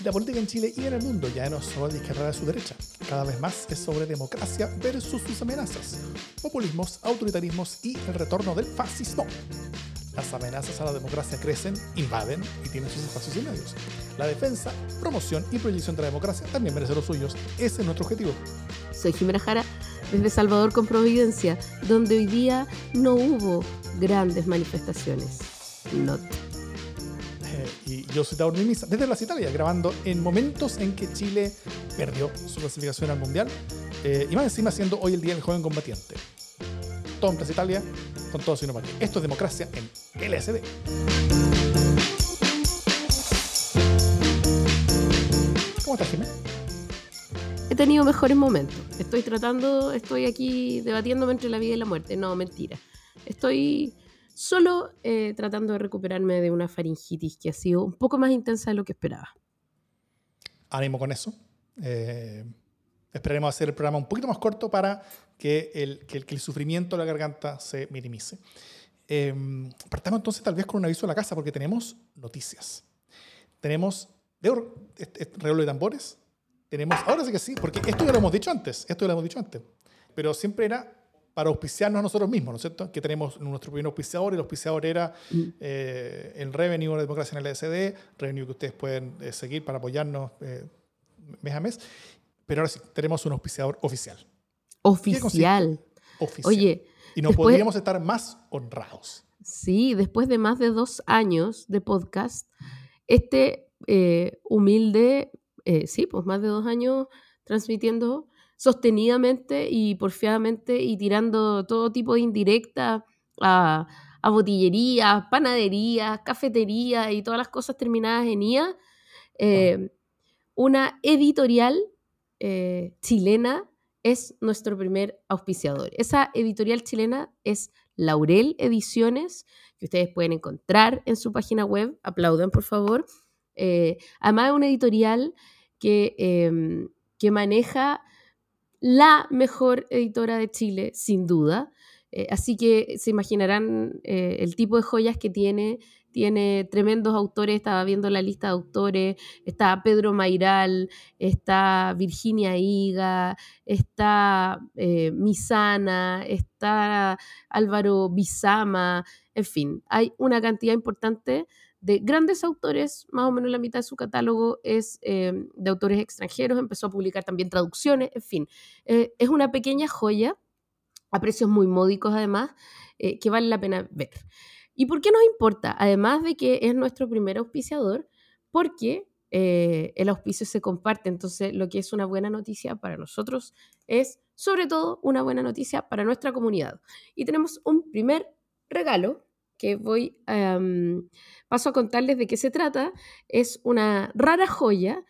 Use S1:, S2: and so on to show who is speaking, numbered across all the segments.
S1: La política en Chile y en el mundo ya no es solo de izquierda de su derecha. Cada vez más es sobre democracia versus sus amenazas, populismos, autoritarismos y el retorno del fascismo. Las amenazas a la democracia crecen, invaden y tienen sus espacios y medios. La defensa, promoción y proyección de la democracia también merece los suyos. Ese es nuestro objetivo.
S2: Soy Jimena Jara, desde Salvador con Providencia, donde hoy día no hubo grandes manifestaciones. Not.
S1: Y yo soy Tauro Mimisa, desde Plaza Italia, grabando en momentos en que Chile perdió su clasificación al Mundial y más encima siendo hoy el Día del Joven Combatiente. Todo en Plaza Italia, con todo sino para qué. Esto es democracia en LSD. ¿Cómo estás, Jimena?
S2: He tenido mejores momentos. Estoy aquí debatiéndome entre la vida y la muerte. No, mentira. Estoy solo tratando de recuperarme de una faringitis que ha sido un poco más intensa de lo que esperaba.
S1: Ánimo con eso. Esperaremos hacer el programa un poquito más corto para que el sufrimiento de la garganta se minimice. Partamos entonces tal vez con un aviso a la casa porque tenemos noticias. Tenemos regalo de tambores. Ahora sí que sí, porque esto ya lo hemos dicho antes, pero siempre era para auspiciarnos a nosotros mismos, ¿no es cierto? Que tenemos nuestro primer auspiciador, y el auspiciador era el Revenue de la Democracia en el LSD, Revenue que ustedes pueden seguir para apoyarnos mes a mes, pero ahora sí, tenemos un auspiciador oficial.
S2: Oficial. Oye,
S1: y no podríamos estar más honrados.
S2: Sí, después de más de 2 años de podcast, este humilde... pues más de 2 años transmitiendo sostenidamente y porfiadamente y tirando todo tipo de indirecta a botillerías, panaderías, cafeterías y todas las cosas terminadas en IA. Una editorial chilena es nuestro primer auspiciador. Esa editorial chilena es Laurel Ediciones, que ustedes pueden encontrar en su página web. Aplaudan, por favor. Además, es una editorial que maneja la mejor editora de Chile, sin duda. Así que se imaginarán el tipo de joyas que tiene. Tiene tremendos autores, estaba viendo la lista de autores, está Pedro Mairal, está Virginia Higa, está Misana, está Álvaro Bizama, en fin, hay una cantidad importante de grandes autores. Más o menos la mitad de su catálogo es de autores extranjeros, empezó a publicar también traducciones, en fin. Es una pequeña joya, a precios muy módicos además, que vale la pena ver. ¿Y por qué nos importa? Además de que es nuestro primer auspiciador, porque el auspicio se comparte, entonces lo que es una buena noticia para nosotros es sobre todo una buena noticia para nuestra comunidad. Y tenemos un primer regalo que paso a contarles de qué se trata. Es una rara joya,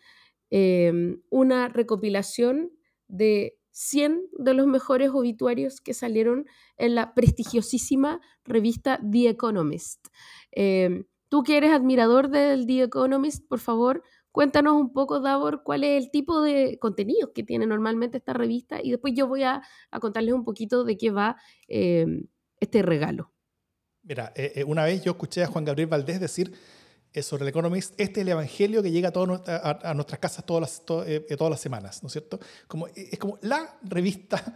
S2: una recopilación de 100 de los mejores obituarios que salieron en la prestigiosísima revista The Economist. Tú que eres admirador del The Economist, por favor, cuéntanos un poco, Davor, cuál es el tipo de contenidos que tiene normalmente esta revista y después yo voy a contarles un poquito de qué va este regalo.
S1: Mira, una vez yo escuché a Juan Gabriel Valdés decir sobre el Economist, este es el evangelio que llega a nuestras casas todas las semanas, ¿no es cierto? Es como la revista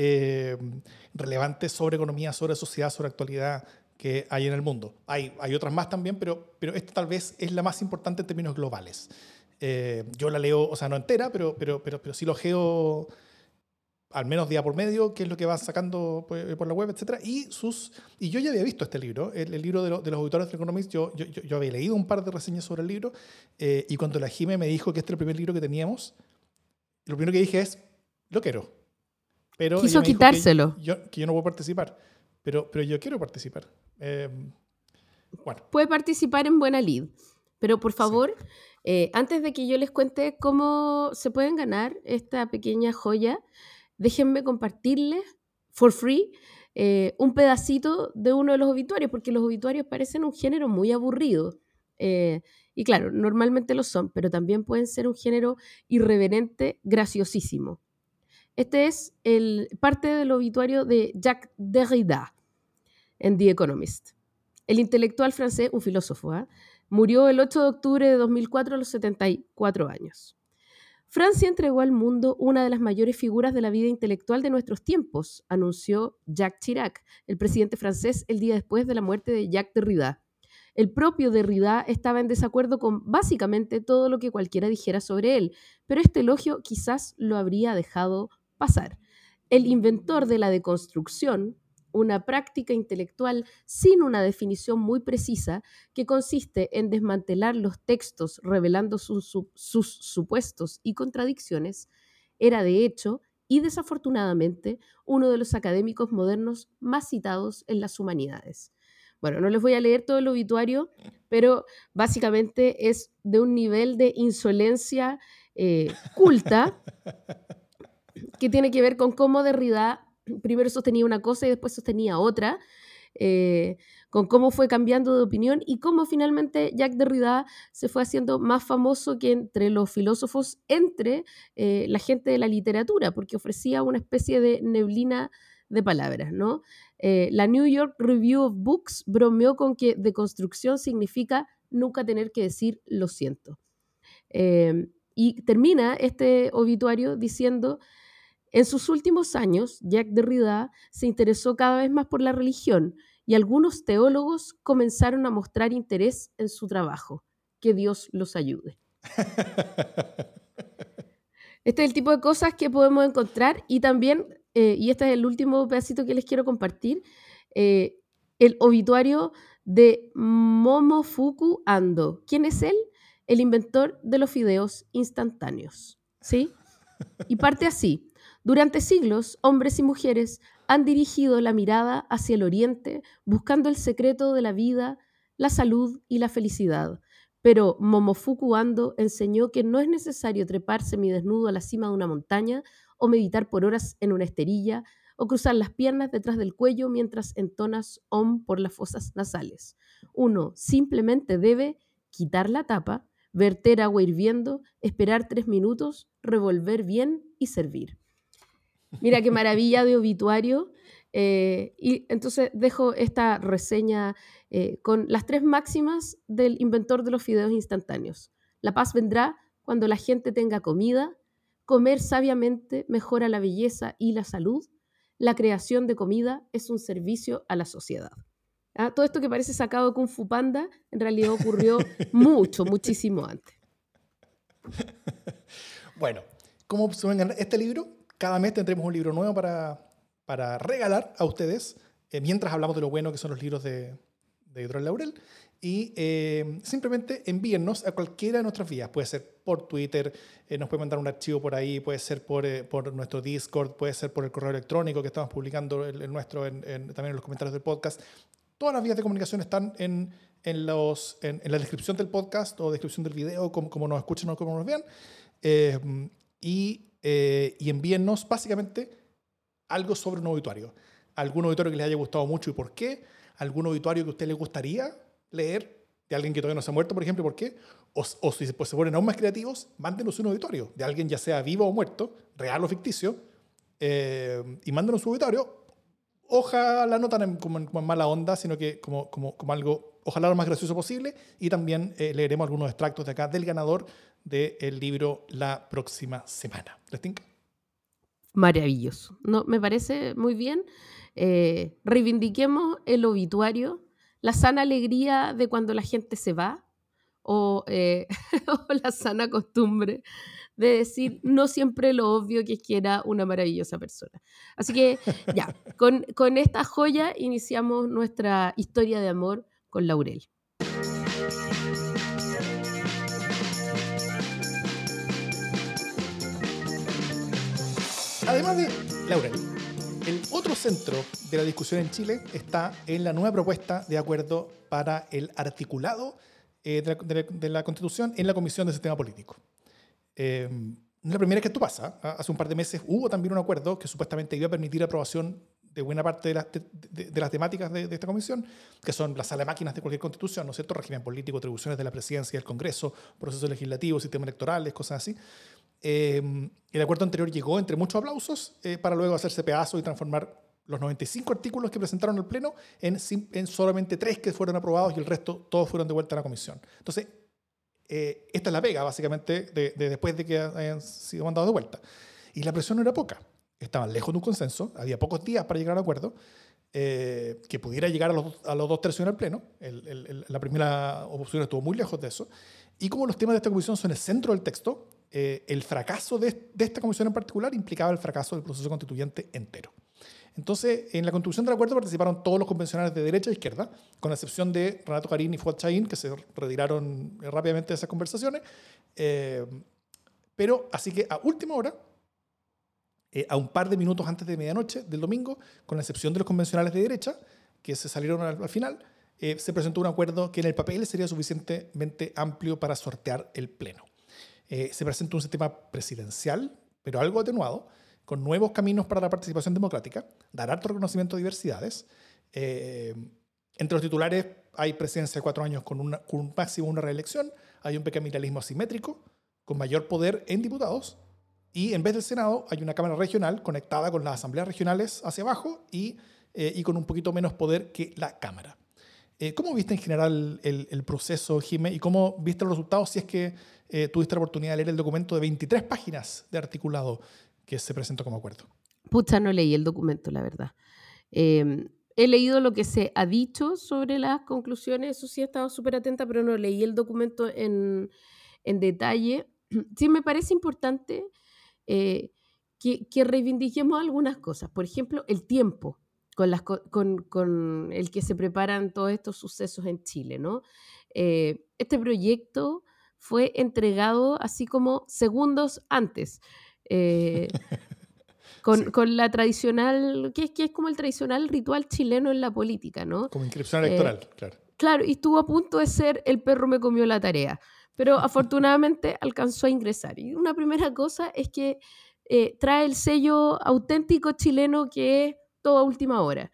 S1: relevante sobre economía, sobre sociedad, sobre actualidad que hay en el mundo. Hay otras más también, pero esta tal vez es la más importante en términos globales. Yo la leo, o sea, no entera, pero sí lo ojeo al menos día por medio, qué es lo que van sacando por la web, etc. Y yo ya había visto este libro, el libro de los auditores del Economist. Yo había leído un par de reseñas sobre el libro, y cuando la Jime me dijo que este era el primer libro que teníamos, lo primero que dije es, lo quiero. Pero
S2: quiso quitárselo.
S1: Que yo no puedo participar, pero yo quiero participar. Bueno.
S2: Puede participar en Buena Lid, pero por favor, sí. Antes de que yo les cuente cómo se pueden ganar esta pequeña joya, déjenme compartirles, for free, un pedacito de uno de los obituarios, porque los obituarios parecen un género muy aburrido. Y claro, normalmente lo son, pero también pueden ser un género irreverente, graciosísimo. Este es parte del obituario de Jacques Derrida en The Economist. El intelectual francés, un filósofo, murió el 8 de octubre de 2004 a los 74 años. Francia entregó al mundo una de las mayores figuras de la vida intelectual de nuestros tiempos, anunció Jacques Chirac, el presidente francés, el día después de la muerte de Jacques Derrida. El propio Derrida estaba en desacuerdo con básicamente todo lo que cualquiera dijera sobre él, pero este elogio quizás lo habría dejado pasar. El inventor de la deconstrucción, una práctica intelectual sin una definición muy precisa que consiste en desmantelar los textos revelando sus supuestos y contradicciones, era de hecho y desafortunadamente uno de los académicos modernos más citados en las humanidades. Bueno, no les voy a leer todo el obituario, pero básicamente es de un nivel de insolencia culta que tiene que ver con cómo Derrida primero sostenía una cosa y después sostenía otra, con cómo fue cambiando de opinión y cómo finalmente Jacques Derrida se fue haciendo más famoso que entre los filósofos, entre la gente de la literatura, porque ofrecía una especie de neblina de palabras, ¿no? La New York Review of Books bromeó con que deconstrucción significa nunca tener que decir lo siento. Y termina este obituario diciendo: en sus últimos años, Jacques Derrida se interesó cada vez más por la religión y algunos teólogos comenzaron a mostrar interés en su trabajo. Que Dios los ayude. Este es el tipo de cosas que podemos encontrar y también, y este es el último pedacito que les quiero compartir, el obituario de Momofuku Ando. ¿Quién es él? El inventor de los fideos instantáneos. ¿Sí? Y parte así. Durante siglos, hombres y mujeres han dirigido la mirada hacia el oriente, buscando el secreto de la vida, la salud y la felicidad. Pero Momofuku Ando enseñó que no es necesario trepar semidesnudo a la cima de una montaña o meditar por horas en una esterilla o cruzar las piernas detrás del cuello mientras entonas Om por las fosas nasales. Uno simplemente debe quitar la tapa, verter agua hirviendo, esperar 3 minutos, revolver bien y servir. Mira qué maravilla de obituario. Y entonces dejo esta reseña con las 3 máximas del inventor de los fideos instantáneos. La paz vendrá cuando la gente tenga comida, comer sabiamente mejora la belleza y la salud, la creación de comida es un servicio a la sociedad. Todo esto que parece sacado de Kung Fu Panda, en realidad ocurrió muchísimo antes.
S1: Bueno, ¿cómo se ven este libro? Cada mes tendremos un libro nuevo para regalar a ustedes, mientras hablamos de lo bueno que son los libros de Editorial Laurel. Y simplemente envíennos a cualquiera de nuestras vías. Puede ser por Twitter, nos puede mandar un archivo por ahí, puede ser por nuestro Discord, puede ser por el correo electrónico que estamos publicando el nuestro también en los comentarios del podcast. Todas las vías de comunicación están en la descripción del podcast o descripción del video, como nos escuchen o como nos vean. Y envíennos básicamente algo sobre un obituario. Algún obituario que les haya gustado mucho y por qué. Algún obituario que a usted le gustaría leer de alguien que todavía no se ha muerto, por ejemplo, ¿por qué? O si pues, se ponen aún más creativos, mándenos un obituario de alguien ya sea vivo o muerto, real o ficticio, y mándenos su obituario. Ojalá no tan como en mala onda, sino que como algo, ojalá lo más gracioso posible, y también leeremos algunos extractos de acá del ganador del libro la próxima semana. ¿Les tinca?
S2: Maravilloso. No, me parece muy bien. Reivindiquemos el obituario, la sana alegría de cuando la gente se va, o la sana costumbre de decir no siempre lo obvio que es que era una maravillosa persona. Así que ya, con esta joya iniciamos nuestra historia de amor con Laurel.
S1: Además de Laurel, el otro centro de la discusión en Chile está en la nueva propuesta de acuerdo para el articulado de la Constitución en la Comisión de Sistema Político. La primera vez que esto pasa, hace un par de meses hubo también un acuerdo que supuestamente iba a permitir la aprobación de buena parte de las temáticas de esta comisión, que son la sala de máquinas de cualquier constitución, ¿no es cierto? Régimen político, atribuciones de la presidencia y del Congreso, procesos legislativos, sistemas electorales, cosas así. El acuerdo anterior llegó entre muchos aplausos para luego hacerse pedazo y transformar los 95 artículos que presentaron al Pleno en solamente 3 que fueron aprobados y el resto todos fueron de vuelta a la comisión. Entonces, esta es la pega, básicamente, de después de que hayan sido mandados de vuelta. Y la presión no era poca. Estaban lejos de un consenso, había pocos días para llegar a un acuerdo que pudiera llegar a los 2/3 en el Pleno. La primera oposición estuvo muy lejos de eso. Y como los temas de esta comisión son el centro del texto, el fracaso de esta comisión en particular implicaba el fracaso del proceso constituyente entero. Entonces, en la construcción del acuerdo participaron todos los convencionales de derecha e izquierda, con la excepción de Renato Garín y Fuad Chaín, que se retiraron rápidamente de esas conversaciones. Pero, así que a última hora, a un par de minutos antes de medianoche del domingo, con la excepción de los convencionales de derecha, que se salieron al final, se presentó un acuerdo que en el papel sería suficientemente amplio para sortear el Pleno. Se presenta un sistema presidencial, pero algo atenuado, con nuevos caminos para la participación democrática, dar alto reconocimiento a diversidades. Entre los titulares hay presidencia de 4 años con un máximo una reelección, hay un bicameralismo asimétrico, con mayor poder en diputados, y en vez del Senado hay una Cámara regional conectada con las asambleas regionales hacia abajo y con un poquito menos poder que la Cámara. ¿Cómo viste en general el proceso, Jimé? ¿Y cómo viste los resultados si es que tuviste la oportunidad de leer el documento de 23 páginas de articulado que se presentó como acuerdo?
S2: Pucha, no leí el documento, la verdad. He leído lo que se ha dicho sobre las conclusiones, eso sí he estado súper atenta, pero no leí el documento en detalle. Sí me parece importante que reivindiquemos algunas cosas. Por ejemplo, el tiempo con el que se preparan todos estos sucesos en Chile, ¿no? Este proyecto fue entregado así como segundos antes.
S1: Sí.
S2: Con la tradicional, que es como el tradicional ritual chileno en la política, ¿no?
S1: Como inscripción electoral, claro.
S2: Claro, y estuvo a punto de ser el perro me comió la tarea, pero afortunadamente alcanzó a ingresar. Y una primera cosa es que trae el sello auténtico chileno que es toda última hora.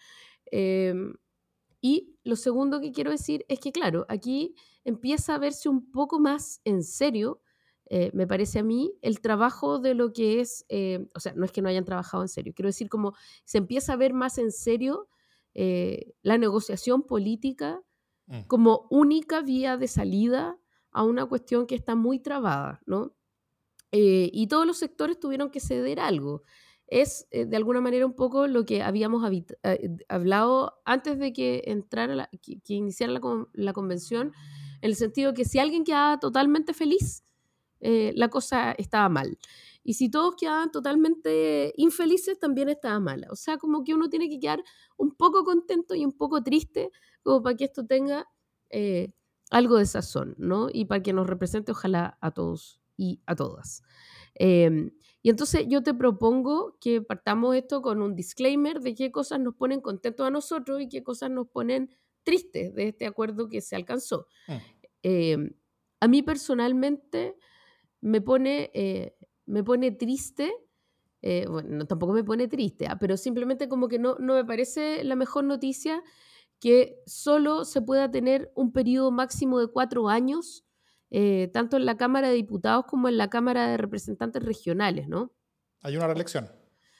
S2: Y lo segundo que quiero decir es que, claro, aquí empieza a verse un poco más en serio, me parece a mí, el trabajo de lo que es, o sea, no es que no hayan trabajado en serio, quiero decir como se empieza a ver más en serio la negociación política como única vía de salida a una cuestión que está muy trabada, ¿no? Y todos los sectores tuvieron que ceder algo. Es de alguna manera un poco lo que habíamos hablado antes de que entrara que iniciara la convención, en el sentido que si alguien quedaba totalmente feliz, la cosa estaba mal. Y si todos quedaban totalmente infelices, también estaba mala. O sea, como que uno tiene que quedar un poco contento y un poco triste, como para que esto tenga algo de sazón, ¿no? Y para que nos represente, ojalá, a todos y a todas. Y entonces yo te propongo que partamos esto con un disclaimer de qué cosas nos ponen contentos a nosotros y qué cosas nos ponen tristes de este acuerdo que se alcanzó. A mí personalmente me pone triste, bueno, tampoco me pone triste, pero simplemente como que no me parece la mejor noticia que solo se pueda tener un periodo máximo de 4 años, tanto en la Cámara de Diputados como en la Cámara de Representantes Regionales, ¿no?
S1: ¿Hay una reelección?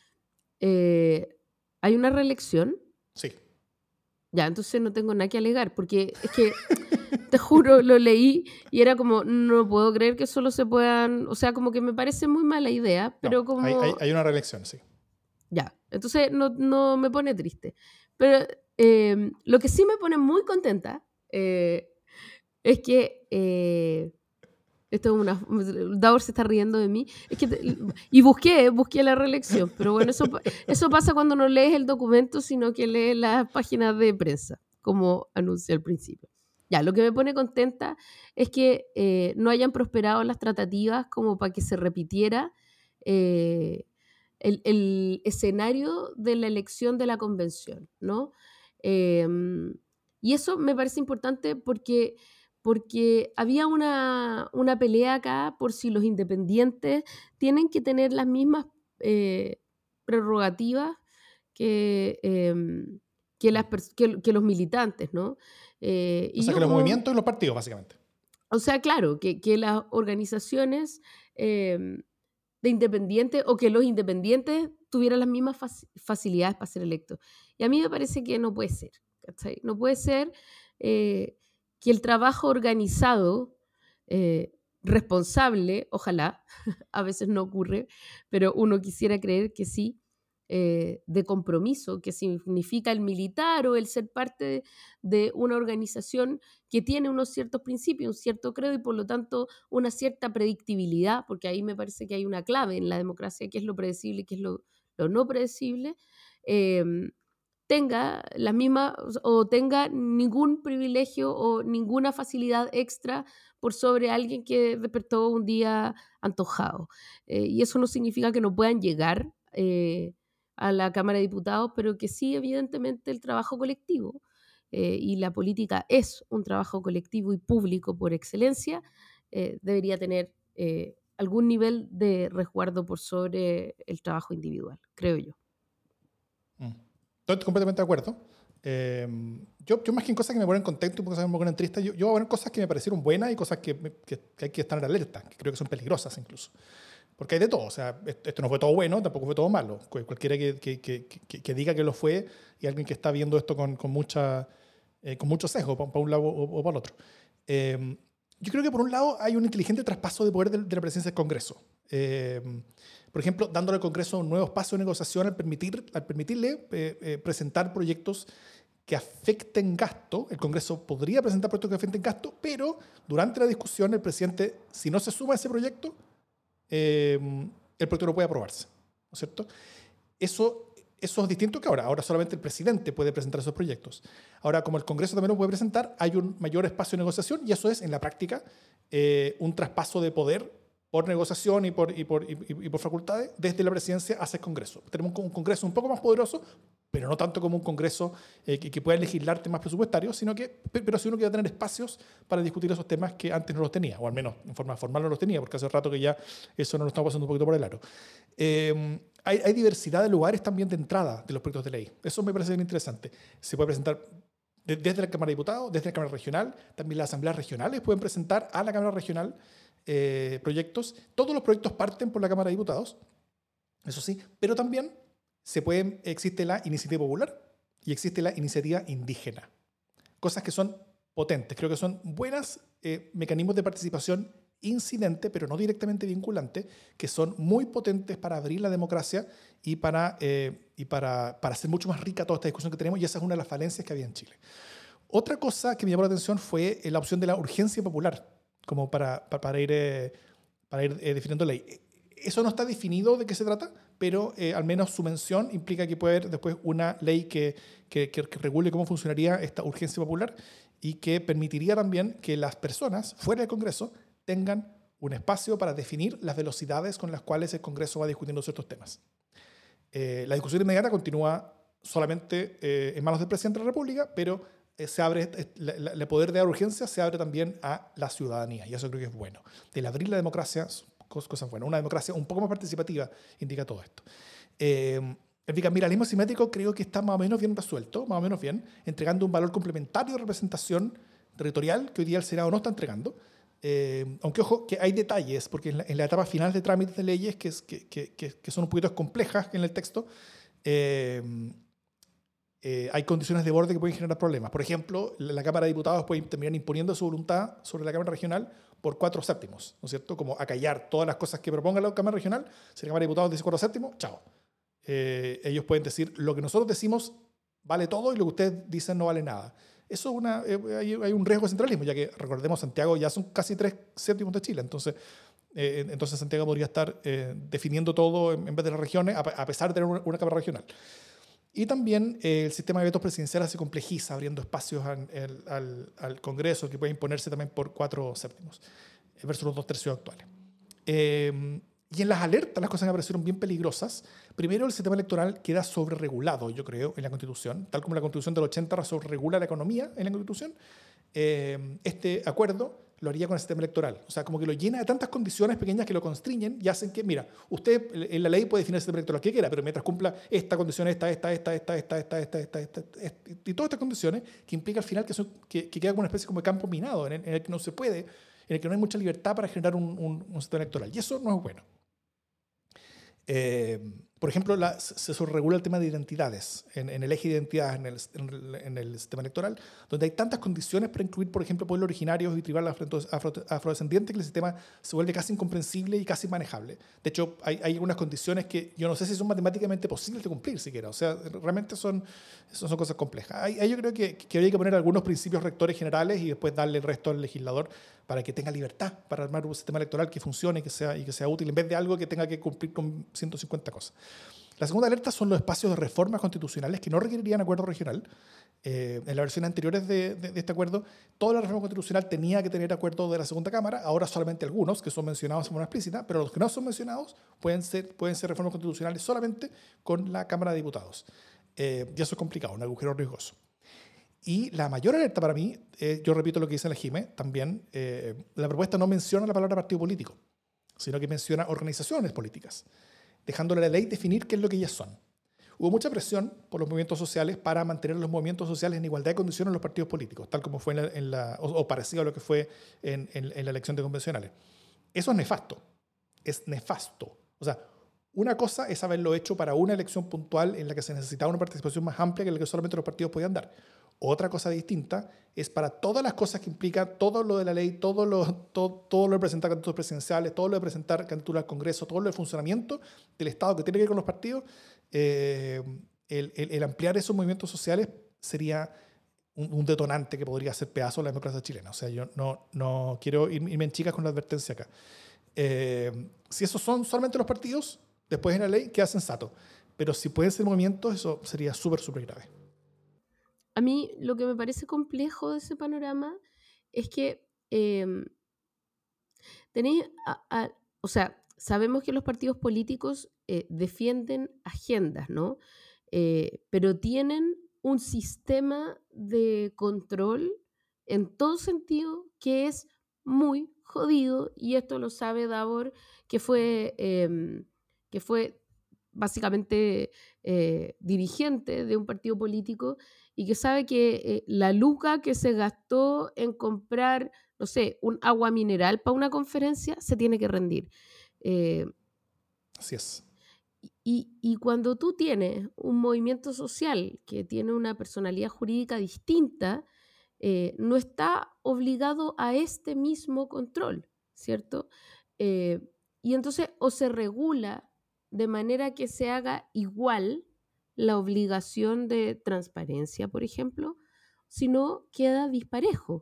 S2: ¿Hay una reelección?
S1: Sí.
S2: Ya, entonces no tengo nada que alegar, porque es que, te juro, lo leí y era como, no puedo creer que solo se puedan, o sea, como que me parece muy mala idea, pero
S1: No,
S2: como...
S1: hay una reelección, sí.
S2: Ya, entonces no me pone triste. Pero lo que sí me pone muy contenta es que... esto es una... Davor se está riendo de mí. Es que y busqué la reelección, pero bueno, eso pasa cuando no lees el documento, sino que lees las páginas de prensa, como anuncié al principio. Ya, lo que me pone contenta es que no hayan prosperado las tratativas como para que se repitiera el escenario de la elección de la convención, ¿no? Y eso me parece importante porque había una pelea acá por si los independientes tienen que tener las mismas prerrogativas que, que los militantes, ¿no?
S1: O sea, que los movimientos y los partidos, básicamente.
S2: O sea, claro, que las organizaciones de independientes o que los independientes tuviera las mismas facilidades para ser electo. Y a mí me parece que no puede ser, ¿cachai? No puede ser que el trabajo organizado, responsable, ojalá, a veces no ocurre, pero uno quisiera creer que sí, de compromiso, que significa el militar o el ser parte de una organización que tiene unos ciertos principios, un cierto credo y por lo tanto una cierta predictibilidad, porque ahí me parece que hay una clave en la democracia, que es lo predecible y que es lo no predecible, tenga la misma o tenga ningún privilegio o ninguna facilidad extra por sobre alguien que despertó un día antojado. Y eso no significa que no puedan llegar a la Cámara de Diputados, pero que sí, evidentemente, el trabajo colectivo, y la política es un trabajo colectivo y público por excelencia, debería tener algún nivel de resguardo por sobre el trabajo individual, creo yo.
S1: Estoy completamente de acuerdo. Yo más que en cosas que me ponen contento y cosas que me ponen triste, yo voy a poner cosas que me parecieron buenas y cosas que hay que estar en alerta, que creo que son peligrosas incluso. Porque hay de todo. O sea, esto no fue todo bueno, tampoco fue todo malo. Cualquiera que diga que lo fue y alguien que está viendo esto con mucho sesgo para un lado o para el otro. Yo creo que por un lado hay un inteligente traspaso de poder de la presidencia del Congreso. Por ejemplo, dándole al Congreso un nuevo espacio de negociación al permitirle presentar proyectos que afecten gasto. El Congreso podría presentar proyectos que afecten gasto, pero durante la discusión el presidente, si no se suma a ese proyecto, el proyecto no puede aprobarse, ¿no es cierto? Eso es distinto que ahora. Ahora solamente el presidente puede presentar esos proyectos. Ahora, como el Congreso también lo puede presentar, hay un mayor espacio de negociación y eso es, en la práctica, un traspaso de poder por negociación y por facultades desde la presidencia hacia el Congreso. Tenemos un Congreso un poco más poderoso, pero no tanto como un Congreso que pueda legislar temas presupuestarios, pero sí uno que va a tener espacios para discutir esos temas que antes no los tenía, o al menos en forma formal no los tenía, porque hace rato que ya eso nos lo estamos pasando un poquito por el aro. Hay diversidad de lugares también de entrada de los proyectos de ley. Eso me parece bien interesante. Se puede presentar desde la Cámara de Diputados, desde la Cámara Regional, también las asambleas regionales pueden presentar a la Cámara Regional proyectos. Todos los proyectos parten por la Cámara de Diputados, eso sí, pero también existe la iniciativa popular y existe la iniciativa indígena. Cosas que son potentes, creo que son buenos mecanismos de participación incidente, pero no directamente vinculante, que son muy potentes para abrir la democracia y para hacer mucho más rica toda esta discusión que tenemos, y esa es una de las falencias que había en Chile. Otra cosa que me llamó la atención fue la opción de la urgencia popular, como para ir definiendo ley. Eso no está definido de qué se trata, pero al menos su mención implica que puede haber después una ley que regule cómo funcionaría esta urgencia popular y que permitiría también que las personas fuera del Congreso tengan un espacio para definir las velocidades con las cuales el Congreso va discutiendo ciertos temas. La discusión inmediata continúa solamente en manos del presidente de la República, pero se abre, el poder de la urgencia se abre también a la ciudadanía, y eso creo que es bueno. El abrir la democracia, cosas buenas. Una democracia un poco más participativa indica todo esto. El bicameralismo simétrico creo que está más o menos bien resuelto, más o menos bien, entregando un valor complementario de representación territorial que hoy día el Senado no está entregando. Aunque, ojo, que hay detalles, porque en la etapa final de trámites de leyes que son un poquito complejas en el texto, hay condiciones de borde que pueden generar problemas. Por ejemplo, la Cámara de Diputados puede terminar imponiendo su voluntad sobre la Cámara Regional por 4/7, ¿no es cierto? Como acallar todas las cosas que proponga la Cámara Regional. Si la Cámara de Diputados dice 4/7, chao. Ellos pueden decir, lo que nosotros decimos vale todo y lo que ustedes dicen no vale nada. Eso hay un riesgo de centralismo, ya que, recordemos, Santiago ya son casi 3/7 de Chile. Entonces Santiago podría estar definiendo todo en vez de las regiones, a pesar de tener una Cámara Regional. Y también el sistema de vetos presidenciales se complejiza, abriendo espacios al Congreso que puede imponerse también por 4/7 versus los 2/3 actuales. Y en las alertas, las cosas me parecieron bien peligrosas. Primero, el sistema electoral queda sobreregulado, yo creo, en la Constitución. Tal como la Constitución del 80 sobreregula la economía en la Constitución, este acuerdo lo haría con el sistema electoral. O sea, como que lo llena de tantas condiciones pequeñas que lo constriñen y hacen que, mira, usted en la ley puede definir el sistema electoral que quiera, pero mientras cumpla esta condición, esta, y todas estas condiciones, que implica al final que queda como una especie como de campo minado, en el que no se puede, en el que no hay mucha libertad para generar un sistema electoral. Y eso no es bueno. Por ejemplo, se regula el tema de identidades, en el eje de identidades en el sistema electoral, donde hay tantas condiciones para incluir, por ejemplo, pueblos originarios y tribales afrodescendientes que el sistema se vuelve casi incomprensible y casi manejable. De hecho, hay algunas condiciones que yo no sé si son matemáticamente posibles de cumplir siquiera. O sea, realmente son cosas complejas. Ahí yo creo que habría que poner algunos principios rectores generales y después darle el resto al legislador para que tenga libertad para armar un sistema electoral que funcione y que sea útil, en vez de algo que tenga que cumplir con 150 cosas. La segunda alerta son los espacios de reformas constitucionales que no requerirían acuerdo regional. En las versiones anteriores de este acuerdo, toda la reforma constitucional tenía que tener acuerdo de la segunda cámara, ahora solamente algunos que son mencionados de forma explícita, pero los que no son mencionados pueden ser reformas constitucionales solamente con la Cámara de Diputados. Y eso es complicado, un agujero riesgoso. Y la mayor alerta para mí, yo repito lo que dice la Jime, también, la propuesta no menciona la palabra partido político, sino que menciona organizaciones políticas, dejándole a la ley definir qué es lo que ellas son. Hubo mucha presión por los movimientos sociales para mantener los movimientos sociales en igualdad de condiciones en los partidos políticos, tal como fue o parecido a lo que fue en la elección de convencionales. Eso es nefasto. Es nefasto. O sea, una cosa es haberlo hecho para una elección puntual en la que se necesitaba una participación más amplia que la que solamente los partidos podían dar. Otra cosa distinta es para todas las cosas que implica todo lo de la ley, todo lo de presentar candidaturas presidenciales, todo lo de presentar candidaturas al Congreso, todo lo de funcionamiento del Estado que tiene que ver con los partidos. El ampliar esos movimientos sociales sería un detonante que podría hacer pedazos la democracia chilena. O sea, yo no quiero irme en chicas con la advertencia acá. Si esos son solamente los partidos, después en la ley queda sensato. Pero si pueden ser movimientos, eso sería súper, súper grave.
S2: A mí lo que me parece complejo de ese panorama es que tenéis, o sea, sabemos que los partidos políticos defienden agendas, ¿no? Pero tienen un sistema de control en todo sentido que es muy jodido, y esto lo sabe Davor, que fue básicamente dirigente de un partido político y que sabe que la luca que se gastó en comprar, no sé, un agua mineral para una conferencia se tiene que rendir.
S1: Así es.
S2: Y cuando tú tienes un movimiento social que tiene una personalidad jurídica distinta, no está obligado a este mismo control, ¿cierto? Y entonces o se regula de manera que se haga igual la obligación de transparencia, por ejemplo, si no queda disparejo.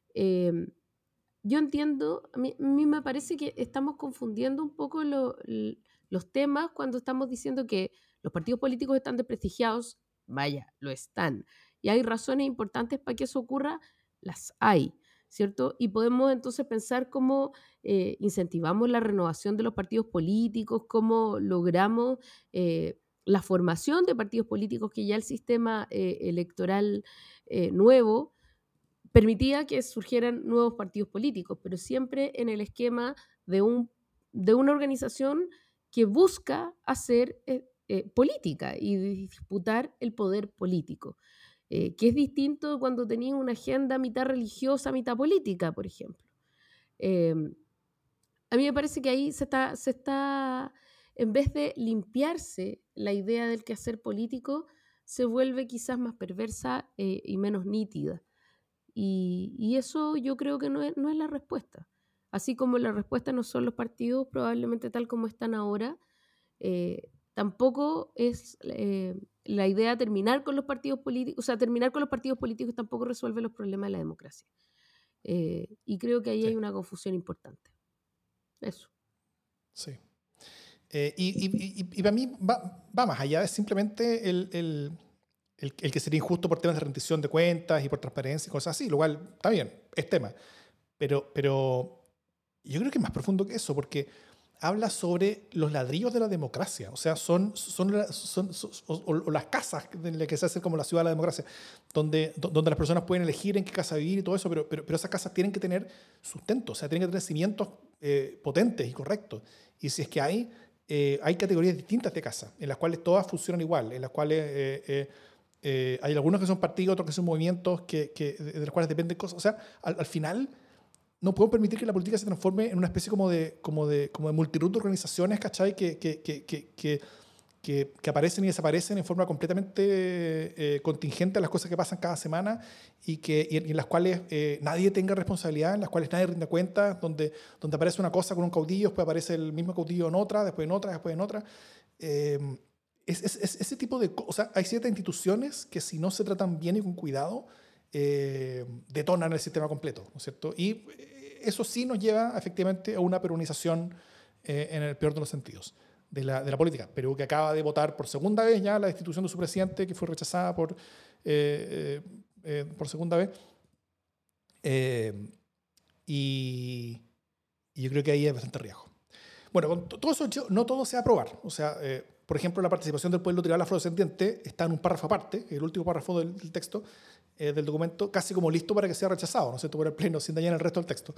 S2: Yo entiendo, a mí me parece que estamos confundiendo un poco los temas cuando estamos diciendo que los partidos políticos están desprestigiados. Vaya, lo están. Y hay razones importantes para que eso ocurra, las hay, ¿cierto? Y podemos entonces pensar cómo incentivamos la renovación de los partidos políticos, cómo logramos la formación de partidos políticos, que ya el sistema electoral nuevo permitía que surgieran nuevos partidos políticos, pero siempre en el esquema de una organización que busca hacer política y disputar el poder político, que es distinto cuando tenías una agenda mitad religiosa, mitad política, por ejemplo. A mí me parece que ahí se está, en vez de limpiarse la idea del quehacer político, se vuelve quizás más perversa y menos nítida. Y eso yo creo que no es la respuesta. Así como la respuesta no son los partidos, probablemente tal como están ahora, tampoco es la idea terminar con los partidos políticos. O sea, terminar con los partidos políticos tampoco resuelve los problemas de la democracia. Y creo que ahí hay una confusión importante. Eso.
S1: Sí. Y para mí va más allá de simplemente el que sería injusto por temas de rendición de cuentas y por transparencia y cosas así, lo cual está bien, es tema. Pero yo creo que es más profundo que eso, porque habla sobre los ladrillos de la democracia. O sea, son las casas en las que se hace como la ciudad de la democracia, donde las personas pueden elegir en qué casa vivir y todo eso, pero esas casas tienen que tener sustento, o sea, tienen que tener cimientos potentes y correctos. Y si es que hay categorías distintas de casa, en las cuales todas funcionan igual, en las cuales hay algunos que son partidos, otros que son movimientos de los cuales dependen cosas. O sea, al final no podemos permitir que la política se transforme en una especie como de multitud de organizaciones, ¿cachai? Que que aparecen y desaparecen en forma completamente contingente a las cosas que pasan cada semana y en las cuales nadie tenga responsabilidad, en las cuales nadie rinda cuenta, donde aparece una cosa con un caudillo, después aparece el mismo caudillo en otra, después en otra, después en otra. Ese tipo de cosas. O sea, hay ciertas instituciones que si no se tratan bien y con cuidado, detonan el sistema completo, ¿no es cierto? Y eso sí nos lleva efectivamente a una peruanización en el peor de los sentidos de la política. Perú, que acaba de votar por segunda vez ya la destitución de su presidente, que fue rechazada por segunda vez. Y yo creo que ahí hay bastante riesgo. Bueno, con todo eso no todo se va a aprobar. O sea, por ejemplo, la participación del pueblo tribal afrodescendiente está en un párrafo aparte, el último párrafo del texto, del documento, casi como listo para que sea rechazado, ¿no es cierto?, por el Pleno, sin dañar el resto del texto.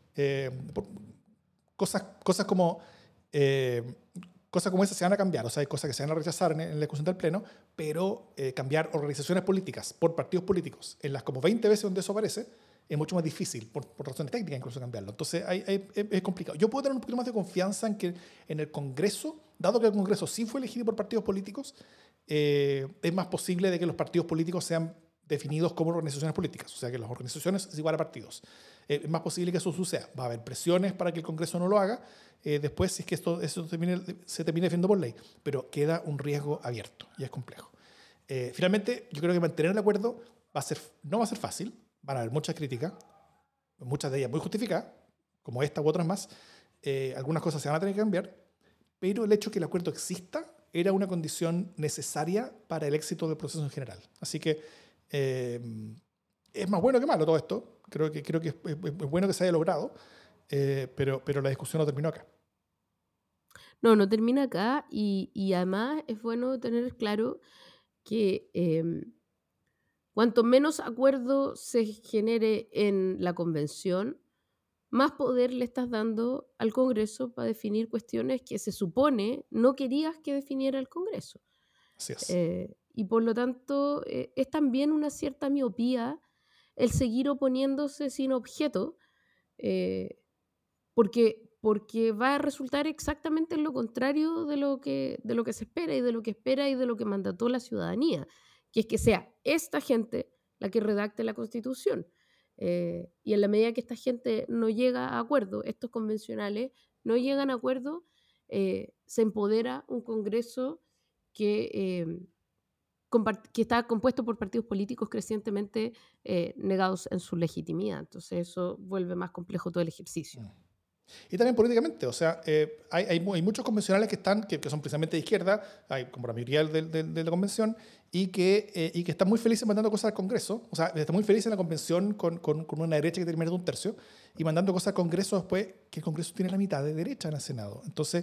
S1: Cosas como esas se van a cambiar, o sea, hay cosas que se van a rechazar en la discusión del Pleno, pero cambiar organizaciones políticas por partidos políticos, en las como 20 veces donde eso aparece, es mucho más difícil, por razones técnicas incluso cambiarlo. Entonces es complicado. Yo puedo tener un poquito más de confianza en que en el Congreso, dado que el Congreso sí fue elegido por partidos políticos, es más posible de que los partidos políticos sean definidos como organizaciones políticas, o sea, que las organizaciones es igual a partidos. Es más posible que eso suceda. Va a haber presiones para que el Congreso no lo haga, después si es que eso se termine definiendo por ley, pero queda un riesgo abierto y es complejo. Finalmente, yo creo que mantener el acuerdo no va a ser fácil. Van a haber muchas críticas, muchas de ellas muy justificadas, como esta u otras más. Algunas cosas se van a tener que cambiar, pero el hecho de que el acuerdo exista era una condición necesaria para el éxito del proceso en general. Así que es más bueno que malo todo esto. Creo que es bueno que se haya logrado, pero la discusión no terminó acá.
S2: No termina acá y además es bueno tener claro que cuanto menos acuerdo se genere en la convención, más poder le estás dando al Congreso para definir cuestiones que se supone no querías que definiera el Congreso.
S1: Así es.
S2: Y por lo tanto, es también una cierta miopía el seguir oponiéndose sin objeto, porque va a resultar exactamente lo contrario de lo que se espera y de lo que mandató la ciudadanía, que es que sea esta gente la que redacte la Constitución. Y en la medida que esta gente no llega a acuerdo, estos convencionales no llegan a acuerdo, se empodera un Congreso que está compuesto por partidos políticos crecientemente negados en su legitimidad. Entonces eso vuelve más complejo todo el ejercicio.
S1: Y también políticamente, o sea, hay muchos convencionales que son precisamente de izquierda, hay como la mayoría de la convención, y que están muy felices mandando cosas al Congreso, o sea, están muy felices en la convención con una derecha que tiene menos de un tercio, y mandando cosas al Congreso después que el Congreso tiene la mitad de derecha en el Senado. Entonces,